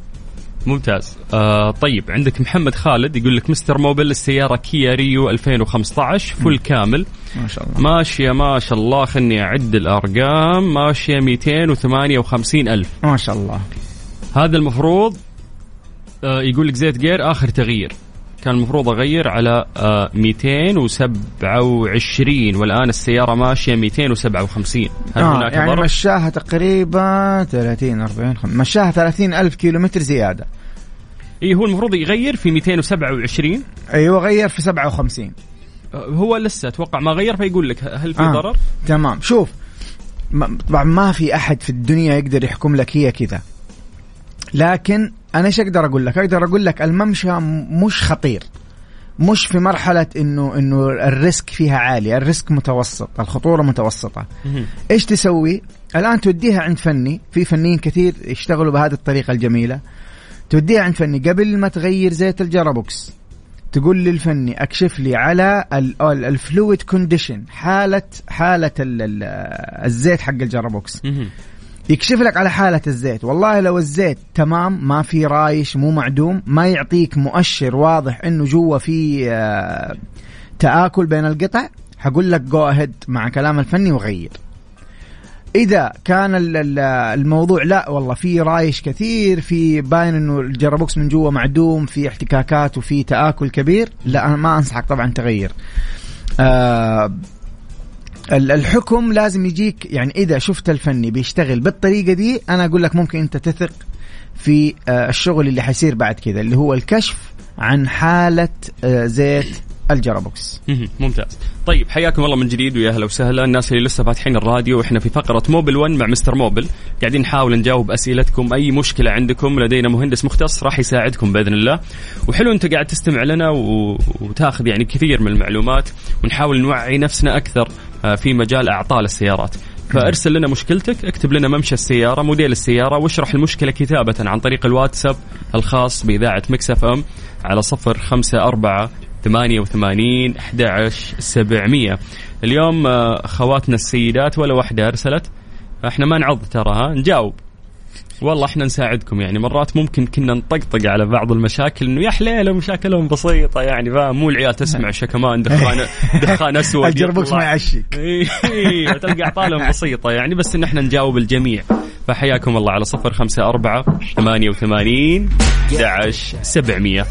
ممتاز. آه طيب عندك محمد خالد يقول لك مستر موبل السيارة كيا ريو ألفين وخمسة عشر فل كامل ما شاء الله ماشية ما شاء الله، خلني أعد الأرقام، ماشية مئتين وثمانية وخمسين ألف ما شاء الله. هذا المفروض آه يقول لك زيت جير آخر تغيير كان المفروض أغير على آه مئتين وسبعة وعشرين والآن السيارة ماشية مئتين وسبعة وخمسين. هل آه هناك يعني ضرر؟ مشاها تقريبا ثلاثين أربعين مشاها ثلاثين ألف كيلومتر زيادة. إيه هو المفروض يغير في مئتين وسبعة وعشرين. أيوة غير في سبعة وخمسين. هو لسه أتوقع ما غير فيقول لك هل في آه. ضرر؟ تمام. شوف طبعا ما في أحد في الدنيا يقدر يحكم لك هي كذا، لكن أنا إيش أقدر أقول لك؟ أقدر أقول لك الممشى مش خطير، مش في مرحلة إنه إنه الريسك فيها عالي، الريسك متوسط، الخطورة متوسطة. إيش تسوي الآن؟ توديها عند فني، في فنيين كثير يشتغلوا بهذه الطريقة الجميلة. توديها عند فني قبل ما تغير زيت الجرابوكس، تقول للفني أكشف لي على الفلويد كونديشن، حالة حالة الزيت حق الجرابوكس. يكشف لك على حالة الزيت. والله لو الزيت تمام، ما في رايش، مو معدوم، ما يعطيك مؤشر واضح إنه جوا في تآكل بين القطع، هقول لك جو أهيد مع كلام الفني وغير. إذا كان الموضوع لا والله في رايش كثير، في باين إنه الجرابوكس من جوا معدوم، في احتكاكات وفي تآكل كبير، لا أنا ما أنصحك طبعا تغير. آه الحكم لازم يجيك، يعني إذا شفت الفني بيشتغل بالطريقة دي، أنا أقول لك ممكن أنت تثق في آه الشغل اللي حيصير بعد كذا، اللي هو الكشف عن حالة آه زيت الجرابوكس. ممتاز. طيب حياكم الله من جديد ويا اهلا وسهلا الناس اللي لسه فاتحين الراديو، واحنا في فقره موبل ون مع مستر موبل، قاعدين نحاول نجاوب اسئلتكم، اي مشكله عندكم لدينا مهندس مختص راح يساعدكم باذن الله. وحلو انت قاعد تستمع لنا و... وتاخذ يعني كثير من المعلومات، ونحاول نوعي نفسنا اكثر في مجال اعطال السيارات. فارسل لنا مشكلتك، اكتب لنا ممشى السياره، موديل السياره، واشرح المشكله كتابه عن طريق الواتساب الخاص باذاعه ميكس اف ام على صفر خمسة أربعة ثمانية وثمانين أحد عشر سبعمية. اليوم خواتنا السيدات ولا واحدة أرسلت، احنا ما نعض تراها، نجاوب والله احنا نساعدكم. يعني مرات ممكن كنا نطقطق على بعض المشاكل انه يا حليله مشاكلهم بسيطه، يعني فاهم، مو العيال تسمع شكمان دخان دخان اسود الجربوكس ما يعشق، اي تلقى اعطالهم بسيطه يعني، بس ان احنا نجاوب الجميع. فحياكم الله على صفر خمسة أربعة ثمانية وثمانين أحد عشر سبعمية.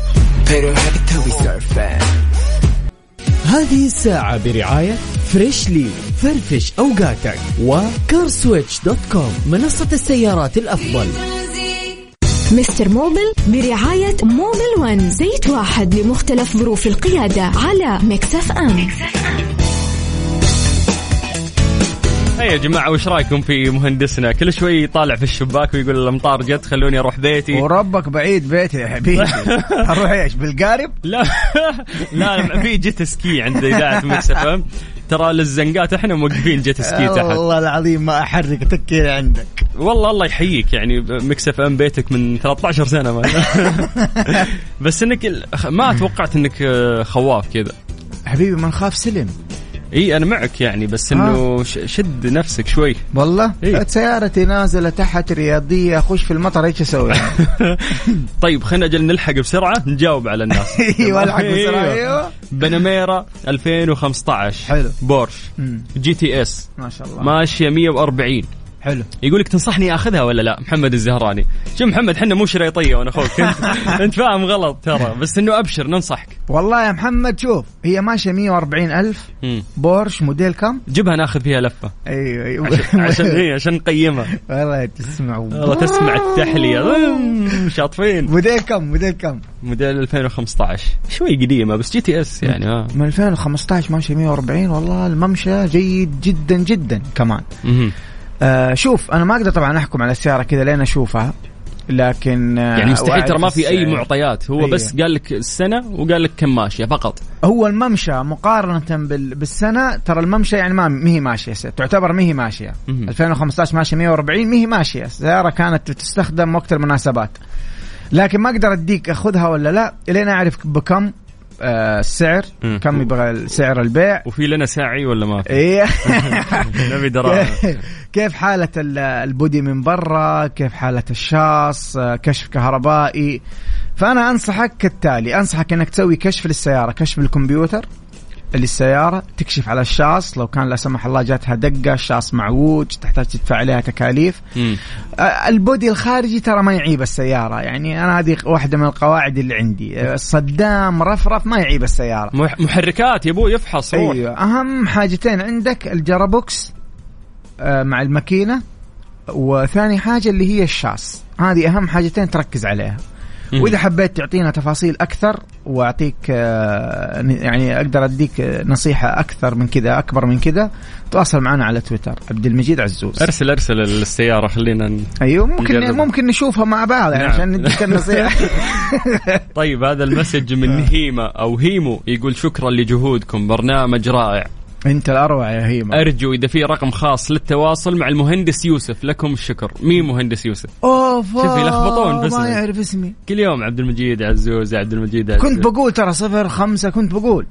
هذه الساعة برعاية فريشلي، فرفش أوقاتك، وكارسويتش دوت كوم منصة السيارات الأفضل. مستر موبل برعاية موبل ون، زيت واحد لمختلف ظروف القيادة على ميكس اف ام. يا جماعة وش رايكم في مهندسنا؟ كل شوي يطالع في الشباك ويقول الأمطار جت خلوني أروح بيتي. وربك بعيد بيتي يا حبيبي. أروح إيش بالقارب؟ لا لا في جيت سكي عند إذاعة ميكس اف ام، ترى للزنقات إحنا موقفين جيت سكي تحت. والله العظيم ما أحرك تكير عندك. والله الله يحييك، يعني ميكس اف ام بيتك من ثلاثة عشر سنة ما. بس إنك ما توقعت إنك خواف كذا. حبيبي ما نخاف سلم. اي انا معك يعني، بس انه آه. شد نفسك شوي والله. إيه؟ سيارتي نازله تحت رياضيه، اخش في المطر ايش اسوي؟ طيب خلينا اجل نلحق بسرعه نجاوب على الناس. ايوه الحق بسرعه. ايوه بنميرة ألفين وخمسة عشر حلو، بورش مم. جي تي اس ما شاء الله ماشيه مية وأربعين. حلو. يقولك تنصحني اخذها ولا لا؟ محمد الزهراني. شو محمد حنا مو شريطيه وانا اخوك، انت, انت فاهم غلط ترى، بس انه ابشر ننصحك. والله يا محمد شوف، هي ماشيه مية وأربعين ألف. مم. بورش موديل كم؟ جبها ناخذ فيها لفه. ايوه ايوه عشان عشان هي عشان نقيمها. والله تسمع والله تسمع التحليه شاطفين. موديل كم؟ موديل كم؟ موديل ألفين وخمسة عشر، شوي قديمه بس جي تي اس يعني. اه من ألفين وخمسة عشر ماشيه مية وأربعين. والله الممشى جيد جدا جدا كمان. امم آه شوف أنا ما أقدر طبعا أحكم على السيارة كذا لين أشوفها، لكن آه يعني مستحيل ترى ما في أي معطيات، هو أيه. بس قال لك السنة وقال لك كم ماشية فقط. هو الممشى مقارنة بالسنة ترى الممشى يعني ما مهي ماشية، تعتبر مهي ماشية. ألفين وخمسة عشر ماشية مية وأربعين، مهي ماشية، السيارة كانت تستخدم وقت المناسبات، لكن ما أقدر أديك أخذها ولا لا لين أعرف بكم آه السعر، م. كم يبغى سعر البيع، وفي لنا ساعي ولا ما في. إيه. نبي دراهم. كيف حالة البودي من برا، كيف حالة الشاص، كشف كهربائي. فأنا أنصحك كالتالي، أنصحك أنك تسوي كشف للسيارة، كشف بالكمبيوتر للسيارة، تكشف على الشاص لو كان لا سمح الله جاتها دقة، الشاص معوج تحتاج تدفع عليها تكاليف. م. البودي الخارجي ترى ما يعيب السيارة، يعني أنا هذه واحدة من القواعد اللي عندي، الصدام رفرف ما يعيب السيارة. محركات يبو يفحص. أيوة. أهم حاجتين عندك الجرابوكس مع الماكينة، وثاني حاجة اللي هي الشاص، هذه أهم حاجتين تركز عليها. وإذا حبيت تعطينا تفاصيل أكثر وأعطيك يعني أقدر أديك نصيحة أكثر من كذا أكبر من كذا تواصل معنا على تويتر عبد المجيد عزوز. أرسل أرسل السيارة خلينا ن... أيوه ممكن نجرب. ممكن نشوفها مع بعض يعني. نعم. عشان نديك النصيحة. طيب هذا المسج من هيما أو هيمو يقول شكرا لجهودكم برنامج رائع. انت الاروع يا هيما. ارجو اذا في رقم خاص للتواصل مع المهندس يوسف لكم الشكر. مين مهندس يوسف؟ اوف شوف يلخبطون بس ما يعرف اسمي كل يوم عبد المجيد عزوز عبد المجيد عزوز. كنت بقول ترى صفر خمسة كنت بقول.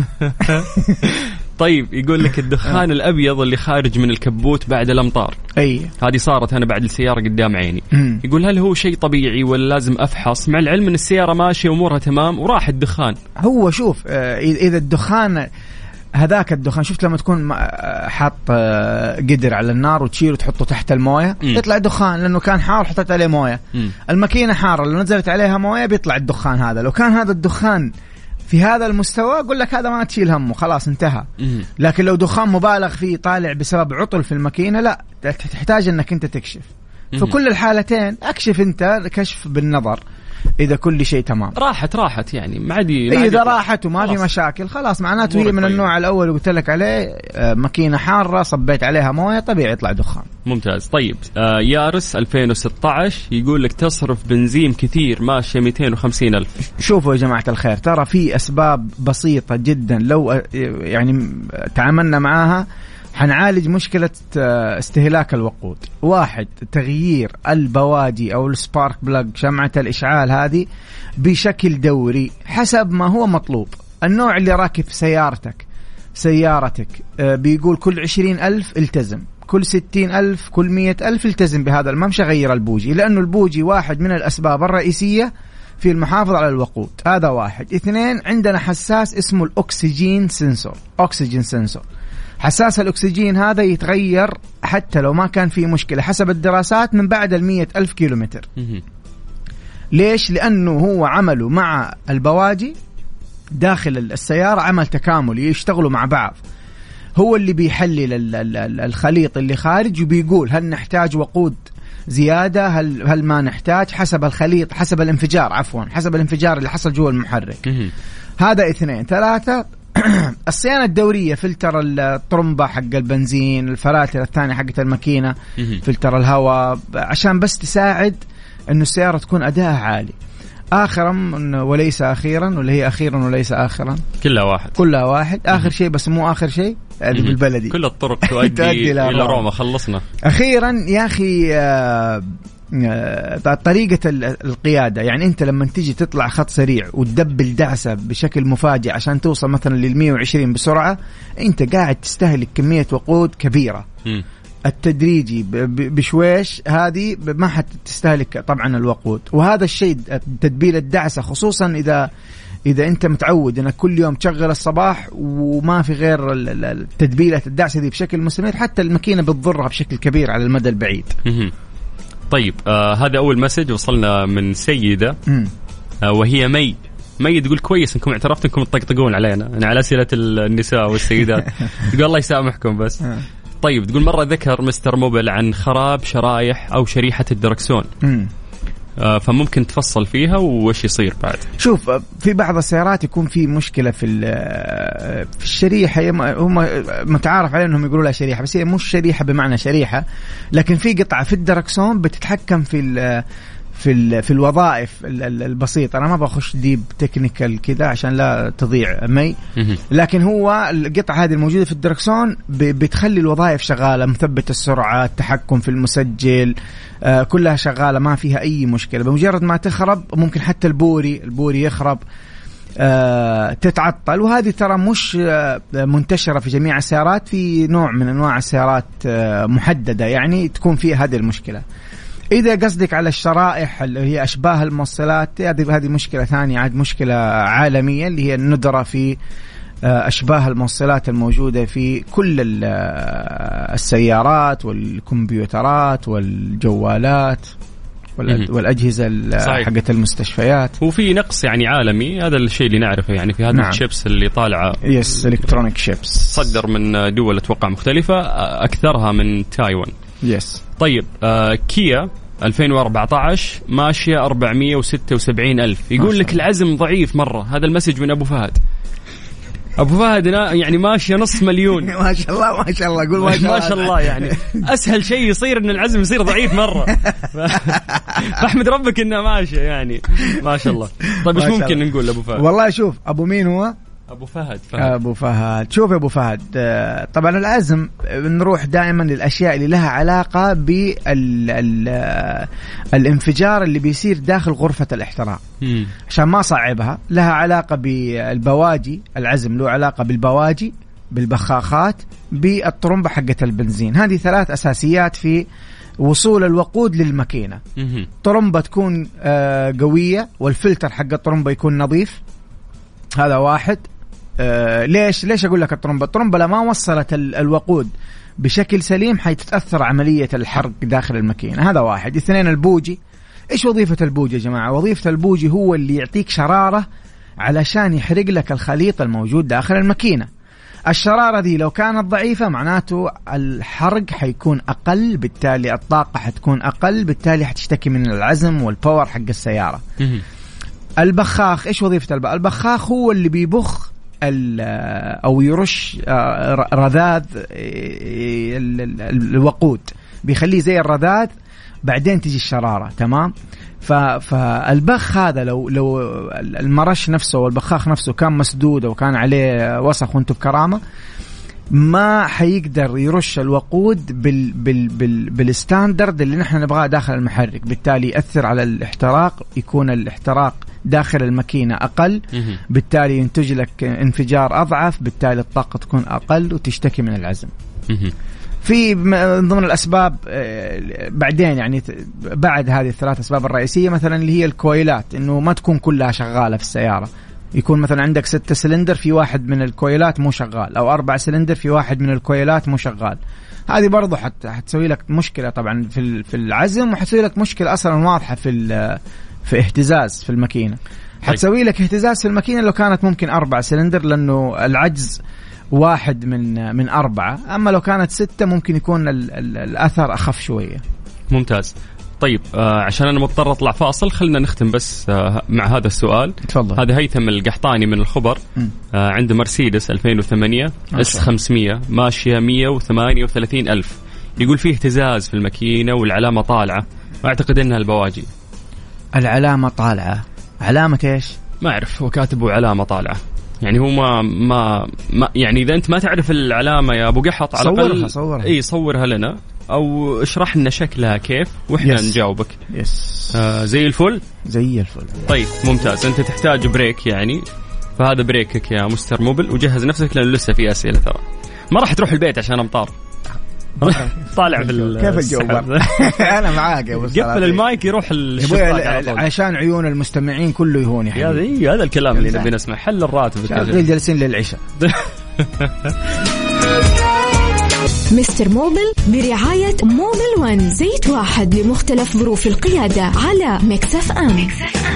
طيب يقول لك الدخان الابيض اللي خارج من الكبوت بعد الامطار. اي هذه صارت انا بعد السياره قدام عيني. مم. يقول هل هو شيء طبيعي ولا لازم افحص مع العلم ان السياره ماشيه امورها تمام وراح الدخان؟ هو شوف اذا الدخان هذاك الدخان شفت لما تكون حاط قدر على النار وتشيله وتحطه تحت المويه م. يطلع دخان لأنه كان حار حطيت عليه مويه. م. الماكينة حارة لو نزلت عليها مويه بيطلع الدخان هذا. لو كان هذا الدخان في هذا المستوى أقول لك هذا ما تشيل همه خلاص انتهى. م. لكن لو دخان مبالغ فيه طالع بسبب عطل في الماكينة لا تحتاج أنك أنت تكشف. م. في كل الحالتين أكشف أنت كشف بالنظر إذا كل شيء تمام. راحت راحت يعني ما عادي. إذا راحت وما في مشاكل خلاص معناته هي من النوع الأول قلت لك عليه ماكينة حارة صبيت عليها موية طبيعي يطلع دخان. ممتاز. طيب آه يارس ألفين وستة عشر يقول لك تصرف بنزين كثير ماشية مئتين وخمسين ألف. شوفوا يا جماعة الخير ترى في أسباب بسيطة جدا لو يعني تعاملنا معاها حنعالج مشكلة استهلاك الوقود. واحد تغيير البواجي أو السبارك بلاج شمعة الإشعال هذه بشكل دوري حسب ما هو مطلوب. النوع اللي راكب سيارتك سيارتك بيقول كل عشرين ألف التزم كل ستين ألف كل مية ألف التزم بهذا الممشى غير البوجي لأنه البوجي واحد من الأسباب الرئيسية في المحافظة على الوقود. هذا واحد. اثنين عندنا حساس اسمه الأكسجين سنسور أكسجين سنسور حساس الأكسجين هذا يتغير حتى لو ما كان فيه مشكلة حسب الدراسات من بعد المية ألف كيلومتر. ليش؟ لأنه هو عمله مع البواجي داخل السيارة عمل تكاملي يشتغلوا مع بعض. هو اللي بيحلل الخليط اللي خارج وبيقول هل نحتاج وقود زيادة هل هل ما نحتاج حسب الخليط حسب الانفجار عفوا حسب الانفجار اللي حصل جوا المحرك. هذا اثنين. ثلاثة الصيانة الدورية فلتر الطرمبة حق البنزين الفلاتر الثانية حقت الماكينة فلتر الهواء عشان بس تساعد انه السيارة تكون أداءها عالي. آخرا وليس أخيرا ولا هي أخيرا وليس آخرا كلها واحد كلها واحد. آخر شيء بس مو آخر شيء هذه بالبلدي كل الطرق تؤدي إلى روما. خلصنا أخيرا يا أخي آه طريقة القيادة. يعني أنت لما تيجي تطلع خط سريع وتدبل دعسة بشكل مفاجئ عشان توصل مثلا للمية وعشرين بسرعة أنت قاعد تستهلك كمية وقود كبيرة. م. التدريجي بشويش هذه ما حتستهلك طبعا الوقود. وهذا الشيء تدبيل الدعسة خصوصا إذا إذا أنت متعود أنك كل يوم تشغل الصباح وما في غير تدبيلة الدعسة دي بشكل مستمر حتى الماكينة بتضرها بشكل كبير على المدى البعيد. م. طيب آه هذا أول مسج وصلنا من سيدة آه وهي مي. مي تقول كويس انكم اعترفتوا انكم تطقطقون علينا انا على اسئله النساء والسيدات. تقول الله يسامحكم بس. طيب تقول مره ذكر مستر موبل عن خراب شرايح او شريحه الدركسون آه فممكن تفصل فيها وش يصير بعد. شوف في بعض السيارات يكون في مشكله في في الشريحه هم متعارف عليه انهم يقولوا لها شريحه بس هي مش شريحه بمعنى شريحه لكن في قطعه في الدركسون بتتحكم في في في الوظائف البسيطه. انا ما بخش ديب تكنيكال كذا عشان لا تضيع مي لكن هو القطعه هذه الموجوده في الدركسون بتخلي الوظائف شغاله مثبت السرعه التحكم في المسجل آه كلها شغاله ما فيها اي مشكله. بمجرد ما تخرب ممكن حتى البوري البوري يخرب آه تتعطل. وهذه ترى مش آه منتشره في جميع السيارات. في نوع من انواع السيارات آه محدده يعني تكون فيها هذه المشكله. إذا قصدك على الشرائح اللي هي أشباه الموصلات هذه هذه مشكلة ثانية عاد مشكلة عالمية اللي هي الندرة في أشباه الموصلات الموجودة في كل السيارات والكمبيوترات والجوالات والأجهزة حقة المستشفيات. وفي نقص يعني عالمي هذا الشيء اللي نعرفه يعني في هذه نعم. الشيبس اللي طالعة يس إلكترونيك شيبس صدر من دول أتوقع مختلفة أكثرها من تايوان. يس. طيب آه كيا ألفين وأربعة عشر ماشية أربعمية وستة وسبعين ألف. يقول لك العزم ضعيف مرة. هذا المسج من أبو فهد. أبو فهد يعني ماشية نص مليون. ما شاء الله ما شاء الله. قول ما شاء الله. ما شاء الله. يعني أسهل شيء يصير إن العزم يصير ضعيف مرة. فأحمد ربك إنه ماشية يعني ما شاء الله. طيب إيش ممكن نقول لأبو فهد؟ والله شوف أبو مين هو؟ أبو فهد. فهد. أبو فهد. شوف يا أبو فهد، طبعا العزم نروح دائما للأشياء اللي لها علاقة بالانفجار اللي بيصير داخل غرفة الاحتراق. مم. عشان ما صعبها، لها علاقة بالبواجي. العزم له علاقة بالبواجي، بالبخاخات، بالطرمبة حقة البنزين. هذه ثلاث أساسيات في وصول الوقود للماكينة. مم. طرمبة تكون قوية، والفلتر حق الطرمبة يكون نظيف. هذا واحد. آه ليش ليش أقول لك الطرمبة؟ الطرمبة لما وصلت الوقود بشكل سليم حيتأثر عملية الحرق داخل الماكينة. هذا واحد. اثنين، البوجي. إيش وظيفة البوجي يا جماعة؟ وظيفة البوجي هو اللي يعطيك شرارة علشان يحرق لك الخليط الموجود داخل الماكينة. الشرارة دي لو كانت ضعيفة معناته الحرق حيكون أقل، بالتالي الطاقة حتكون أقل، بالتالي حتشتكي من العزم والباور حق السيارة. البخاخ. إيش وظيفة البخاخ؟ البخاخ هو اللي بيبخ أو يرش رذاذ الوقود، بيخليه زي الرذاذ، بعدين تيجي الشرارة. تمام. فالبخ هذا لو لو المرش نفسه والبخاخ نفسه كان مسدود وكان عليه وسخ وانتو بكرامة، ما حيقدر يرش الوقود بال بال بال بالستاندرد اللي نحن نبغاه داخل المحرك، بالتالي يأثر على الاحتراق، يكون الاحتراق داخل الماكينة أقل، بالتالي ينتج لك انفجار أضعف، بالتالي الطاقة تكون أقل وتشتكي من العزم. في ضمن الأسباب بعدين يعني بعد هذه الثلاث أسباب الرئيسية مثلا اللي هي الكويلات، إنه ما تكون كلها شغالة في السيارة. يكون مثلا عندك ستة سلندر في واحد من الكويلات مو شغال، أو أربع سلندر في واحد من الكويلات مو شغال. هذه برضو حت حتسوي لك مشكلة طبعا في في العزم، وحتسوي لك مشكلة أصلا واضحة في في اهتزاز في الماكينة. حتسوي لك اهتزاز في الماكينة لو كانت ممكن أربع سلندر، لأنه العجز واحد من من أربعة، أما لو كانت ستة ممكن يكون ال ال الأثر أخف شوية. ممتاز. طيب آه عشان أنا مضطر أطلع فاصل، خلنا نختم بس آه مع هذا السؤال. تفضل. هذا هيثم القحطاني من الخبر. آه عنده مرسيدس ألفين وثمانية اس خمسمية ماشية مية وثمانية وثلاثين ألف. يقول فيه اهتزاز في الماكينة والعلامة طالعة، وأعتقد أنها البواجي. العلامة طالعة. علامة إيش؟ ما أعرف، هو كاتبه علامة طالعة. يعني هو ما ما, ما يعني إذا أنت ما تعرف العلامة يا أبو قحط على الأقل صورها إيه صورها لنا أو اشرح لنا شكلها كيف وإحنا يس. نجاوبك. يس. آه زي الفل. زي الفل. طيب ممتاز. أنت تحتاج بريك يعني، فهذا بريكك يا مستر موبل، وجهز نفسك لأنه لسه في أسئلة ترى. ما راح تروح البيت عشان أمطار. طالع في كيف الجو؟ أنا معاك يا أبو. قفل المايك يروح الشباك عشان عيون المستمعين كله يهون. هذا إيه هذا الكلام اللي نبي نسمع. حل الراتب شغال جالسين للعشاء. مستر موبل برعاية موبل ون، زيت واحد لمختلف ظروف القيادة، على ميكس اف ام.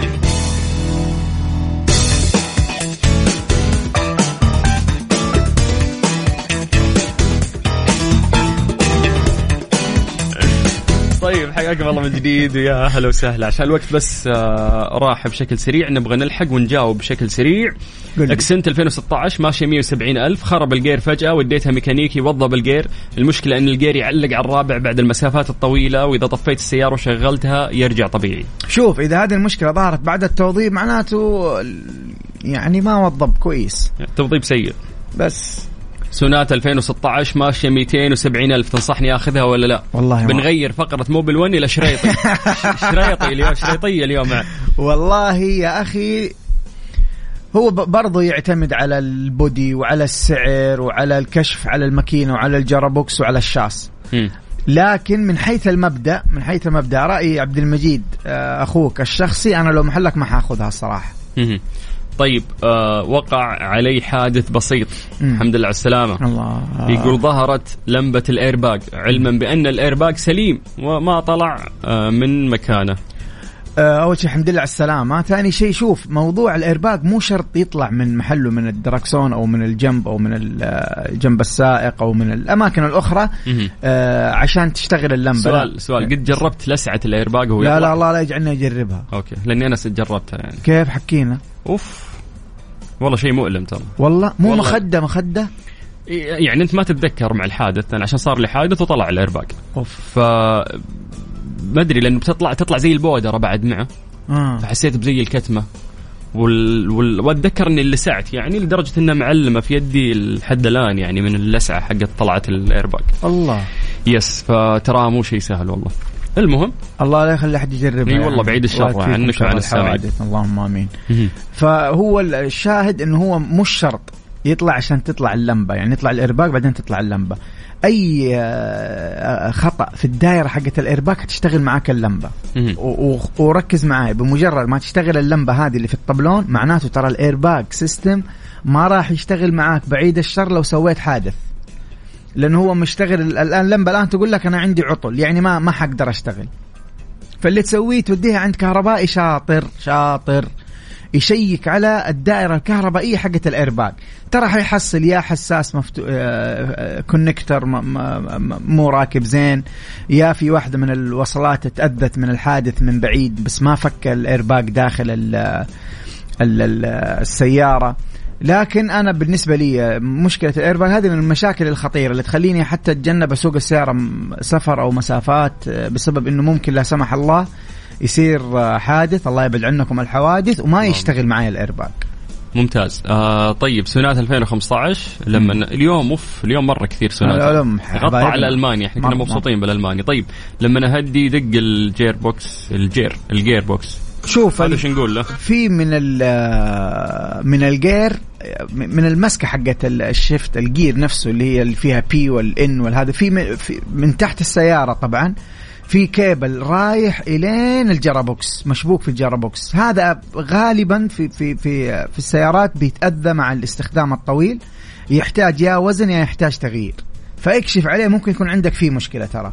طيب حياكم الله من جديد ويا أهلا وسهلا. عشان الوقت بس آه راح بشكل سريع، نبغى نلحق ونجاوب بشكل سريع. اكسنت ألفين وستة عشر ماشي مية وسبعين ألف، خرب الجير فجأة، وديتها ميكانيكي وضب الجير. المشكلة أن الجير يعلق على الرابع بعد المسافات الطويلة، وإذا طفيت السيارة وشغلتها يرجع طبيعي. شوف إذا هذه المشكلة ظهرت بعد التوضيب معناته يعني ما وضب كويس، توضيب سيء. بس سونات ألفين وستة عشر ماشية مئتين وسبعين ألف، تنصحني أخذها ولا لا؟ والله بنغير فقرة موبل ون إلى شريطي. شريطي اليوم، شريطية اليوم. والله يا أخي هو برضو يعتمد على البودي وعلى السعر وعلى الكشف على الماكينة وعلى الجرابوكس وعلى الشاس. م. لكن من حيث المبدأ من حيث المبدأ رأي عبد المجيد أخوك الشخصي، أنا لو محلك ما حاخذها الصراحة. م. طيب آه وقع علي حادث بسيط، مم. الحمد لله على السلامة. الله. يقول ظهرت لمبة الإيرباج علما بأن الإيرباج سليم وما طلع آه من مكانه. اول شيء الحمد لله على السلامه. ثاني شيء شوف موضوع الايرباك مو شرط يطلع من محله من الدركسون او من الجنب او من جنب السائق او من الاماكن الاخرى آه عشان تشتغل اللمبه. سؤال سؤال قد جربت لسعه الايرباك وهو لا يطلع؟ لا الله لا يجعلني اجربها. اوكي لاني انا جربتها يعني. كيف حكينا؟ اوف والله شيء مؤلم ترى. والله مو والله مخده مخده يعني انت ما تتذكر مع الحادث. انا عشان صار لي حادث وطلع الايرباك. اوف ف ما ادري لانه بتطلع تطلع زي البودره بعد معه. آه. فحسيت بزي الكتمه وال... وال... واتذكر اني لسعت يعني لدرجه انها معلمه في يدي لحد الان يعني من اللسعه حقت طلعت الايرباك. الله يس فترى مو شيء سهل والله. المهم الله لا يخلي احد يجربها. اي والله يعني. بعيد الشر عنك وعن السامعين اللهم امين. فهو الشاهد انه هو مش شرط يطلع عشان تطلع اللمبه يعني يطلع الايرباك بعدين تطلع اللمبه. اي خطأ في الدائره حقت الايرباك هتشتغل معاك اللمبه. وركز معاي بمجرد ما تشتغل اللمبه هذه اللي في الطبلون معناته ترى الايرباك سيستم ما راح يشتغل معاك بعيد الشر لو سويت حادث لانه هو مشتغل الان اللمبه الان تقول لك انا عندي عطل يعني ما ما حقدر اشتغل. فاللي تسويه توديها عند كهربائي شاطر شاطر يشيك على الدائرة الكهربائية حقة الإيرباك. ترى حيحصل يا حساس مفتو... كونكتر م... م... مو راكب زين يا في واحدة من الوصلات تأذت من الحادث من بعيد بس ما فك الإيرباك داخل ال... ال... ال... السيارة. لكن أنا بالنسبة لي مشكلة الإيرباك هذه من المشاكل الخطيرة اللي تخليني حتى أتجنب أسوق السيارة سفر أو مسافات بسبب إنه ممكن لا سمح الله يصير حادث. الله يبعد عنكم الحوادث وما يشتغل معي الإيرباك. ممتاز. آه طيب سونات ألفين وخمسة عشر لما م. اليوم اوف اليوم مره كثير سونات غطى على المانيا احنا كنا مبسوطين بالالماني. طيب لما نهدي دق الجير بوكس الجير الجير بوكس شوف هذا شو نقول له في من من الجير من المسكه حقت الشيفت الجير نفسه اللي هي اللي فيها بي والان والهذا في من, من تحت السياره طبعا في كيبل رايح إلين الجرابوكس مشبوك في الجرابوكس. هذا غالبا في في في في السيارات بيتأذى مع الاستخدام الطويل يحتاج يا وزن يا يحتاج تغيير فاكشف عليه ممكن يكون عندك فيه مشكلة ترى.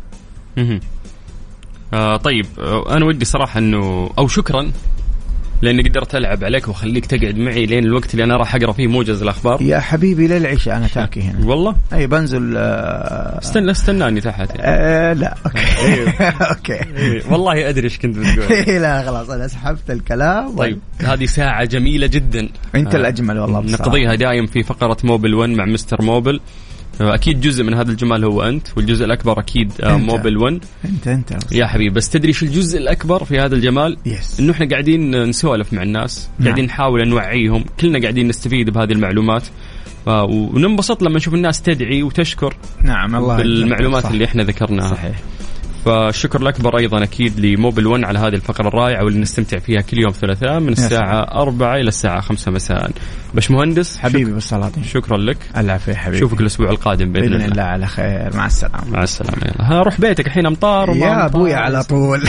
آه طيب آه أنا ودي صراحة إنه أو شكرا لأني قدرت ألعب عليك وخليك تقعد معي لين الوقت اللي أنا راح أقرأ فيه موجز الأخبار. يا حبيبي للعشاء أنا تاكي هنا والله. أي بنزل آه استنى استناني تحت يعني. آه لا أوكي أوكي والله أدري إيش كنت بتقول. لا خلاص أنا سحبت الكلام. طيب هذه ساعة جميلة جدا. أنت آه الأجمل والله. نقضيها دائم في فقرة موبل ون مع مستر موبل. أكيد جزء من هذا الجمال هو أنت والجزء الأكبر أكيد موبل ون. أنت أنت يا حبيبي بس تدري شو الجزء الأكبر في هذا الجمال؟ يس. إنه إحنا قاعدين نسولف مع الناس. نعم. قاعدين نحاول أن نوعيهم كلنا قاعدين نستفيد بهذه المعلومات وننبسط لما نشوف الناس تدعي وتشكر. نعم الله بالمعلومات اللي إحنا ذكرناها. صحيح. فالشكر الأكبر أيضا أكيد لموبل ون على هذه الفقرة الرائعة واللي نستمتع فيها كل يوم ثلاثاء من الساعة أربعة إلى الساعة خمسة مساء. باش مهندس حبيبي بالسلاطين شكرا لك. العفو حبيبي. شوفك الأسبوع القادم بإذن, بإذن الله على خير. مع السلامة. مع السلامة. يلا روح بيتك الحين أمطار يا أبوي على طول.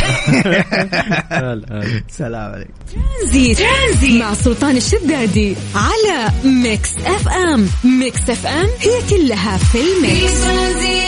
سلام عليكم. ترانزيت مع سلطان الشدادي على ميكس اف ام. ميكس اف ام هي كلها في الميكس.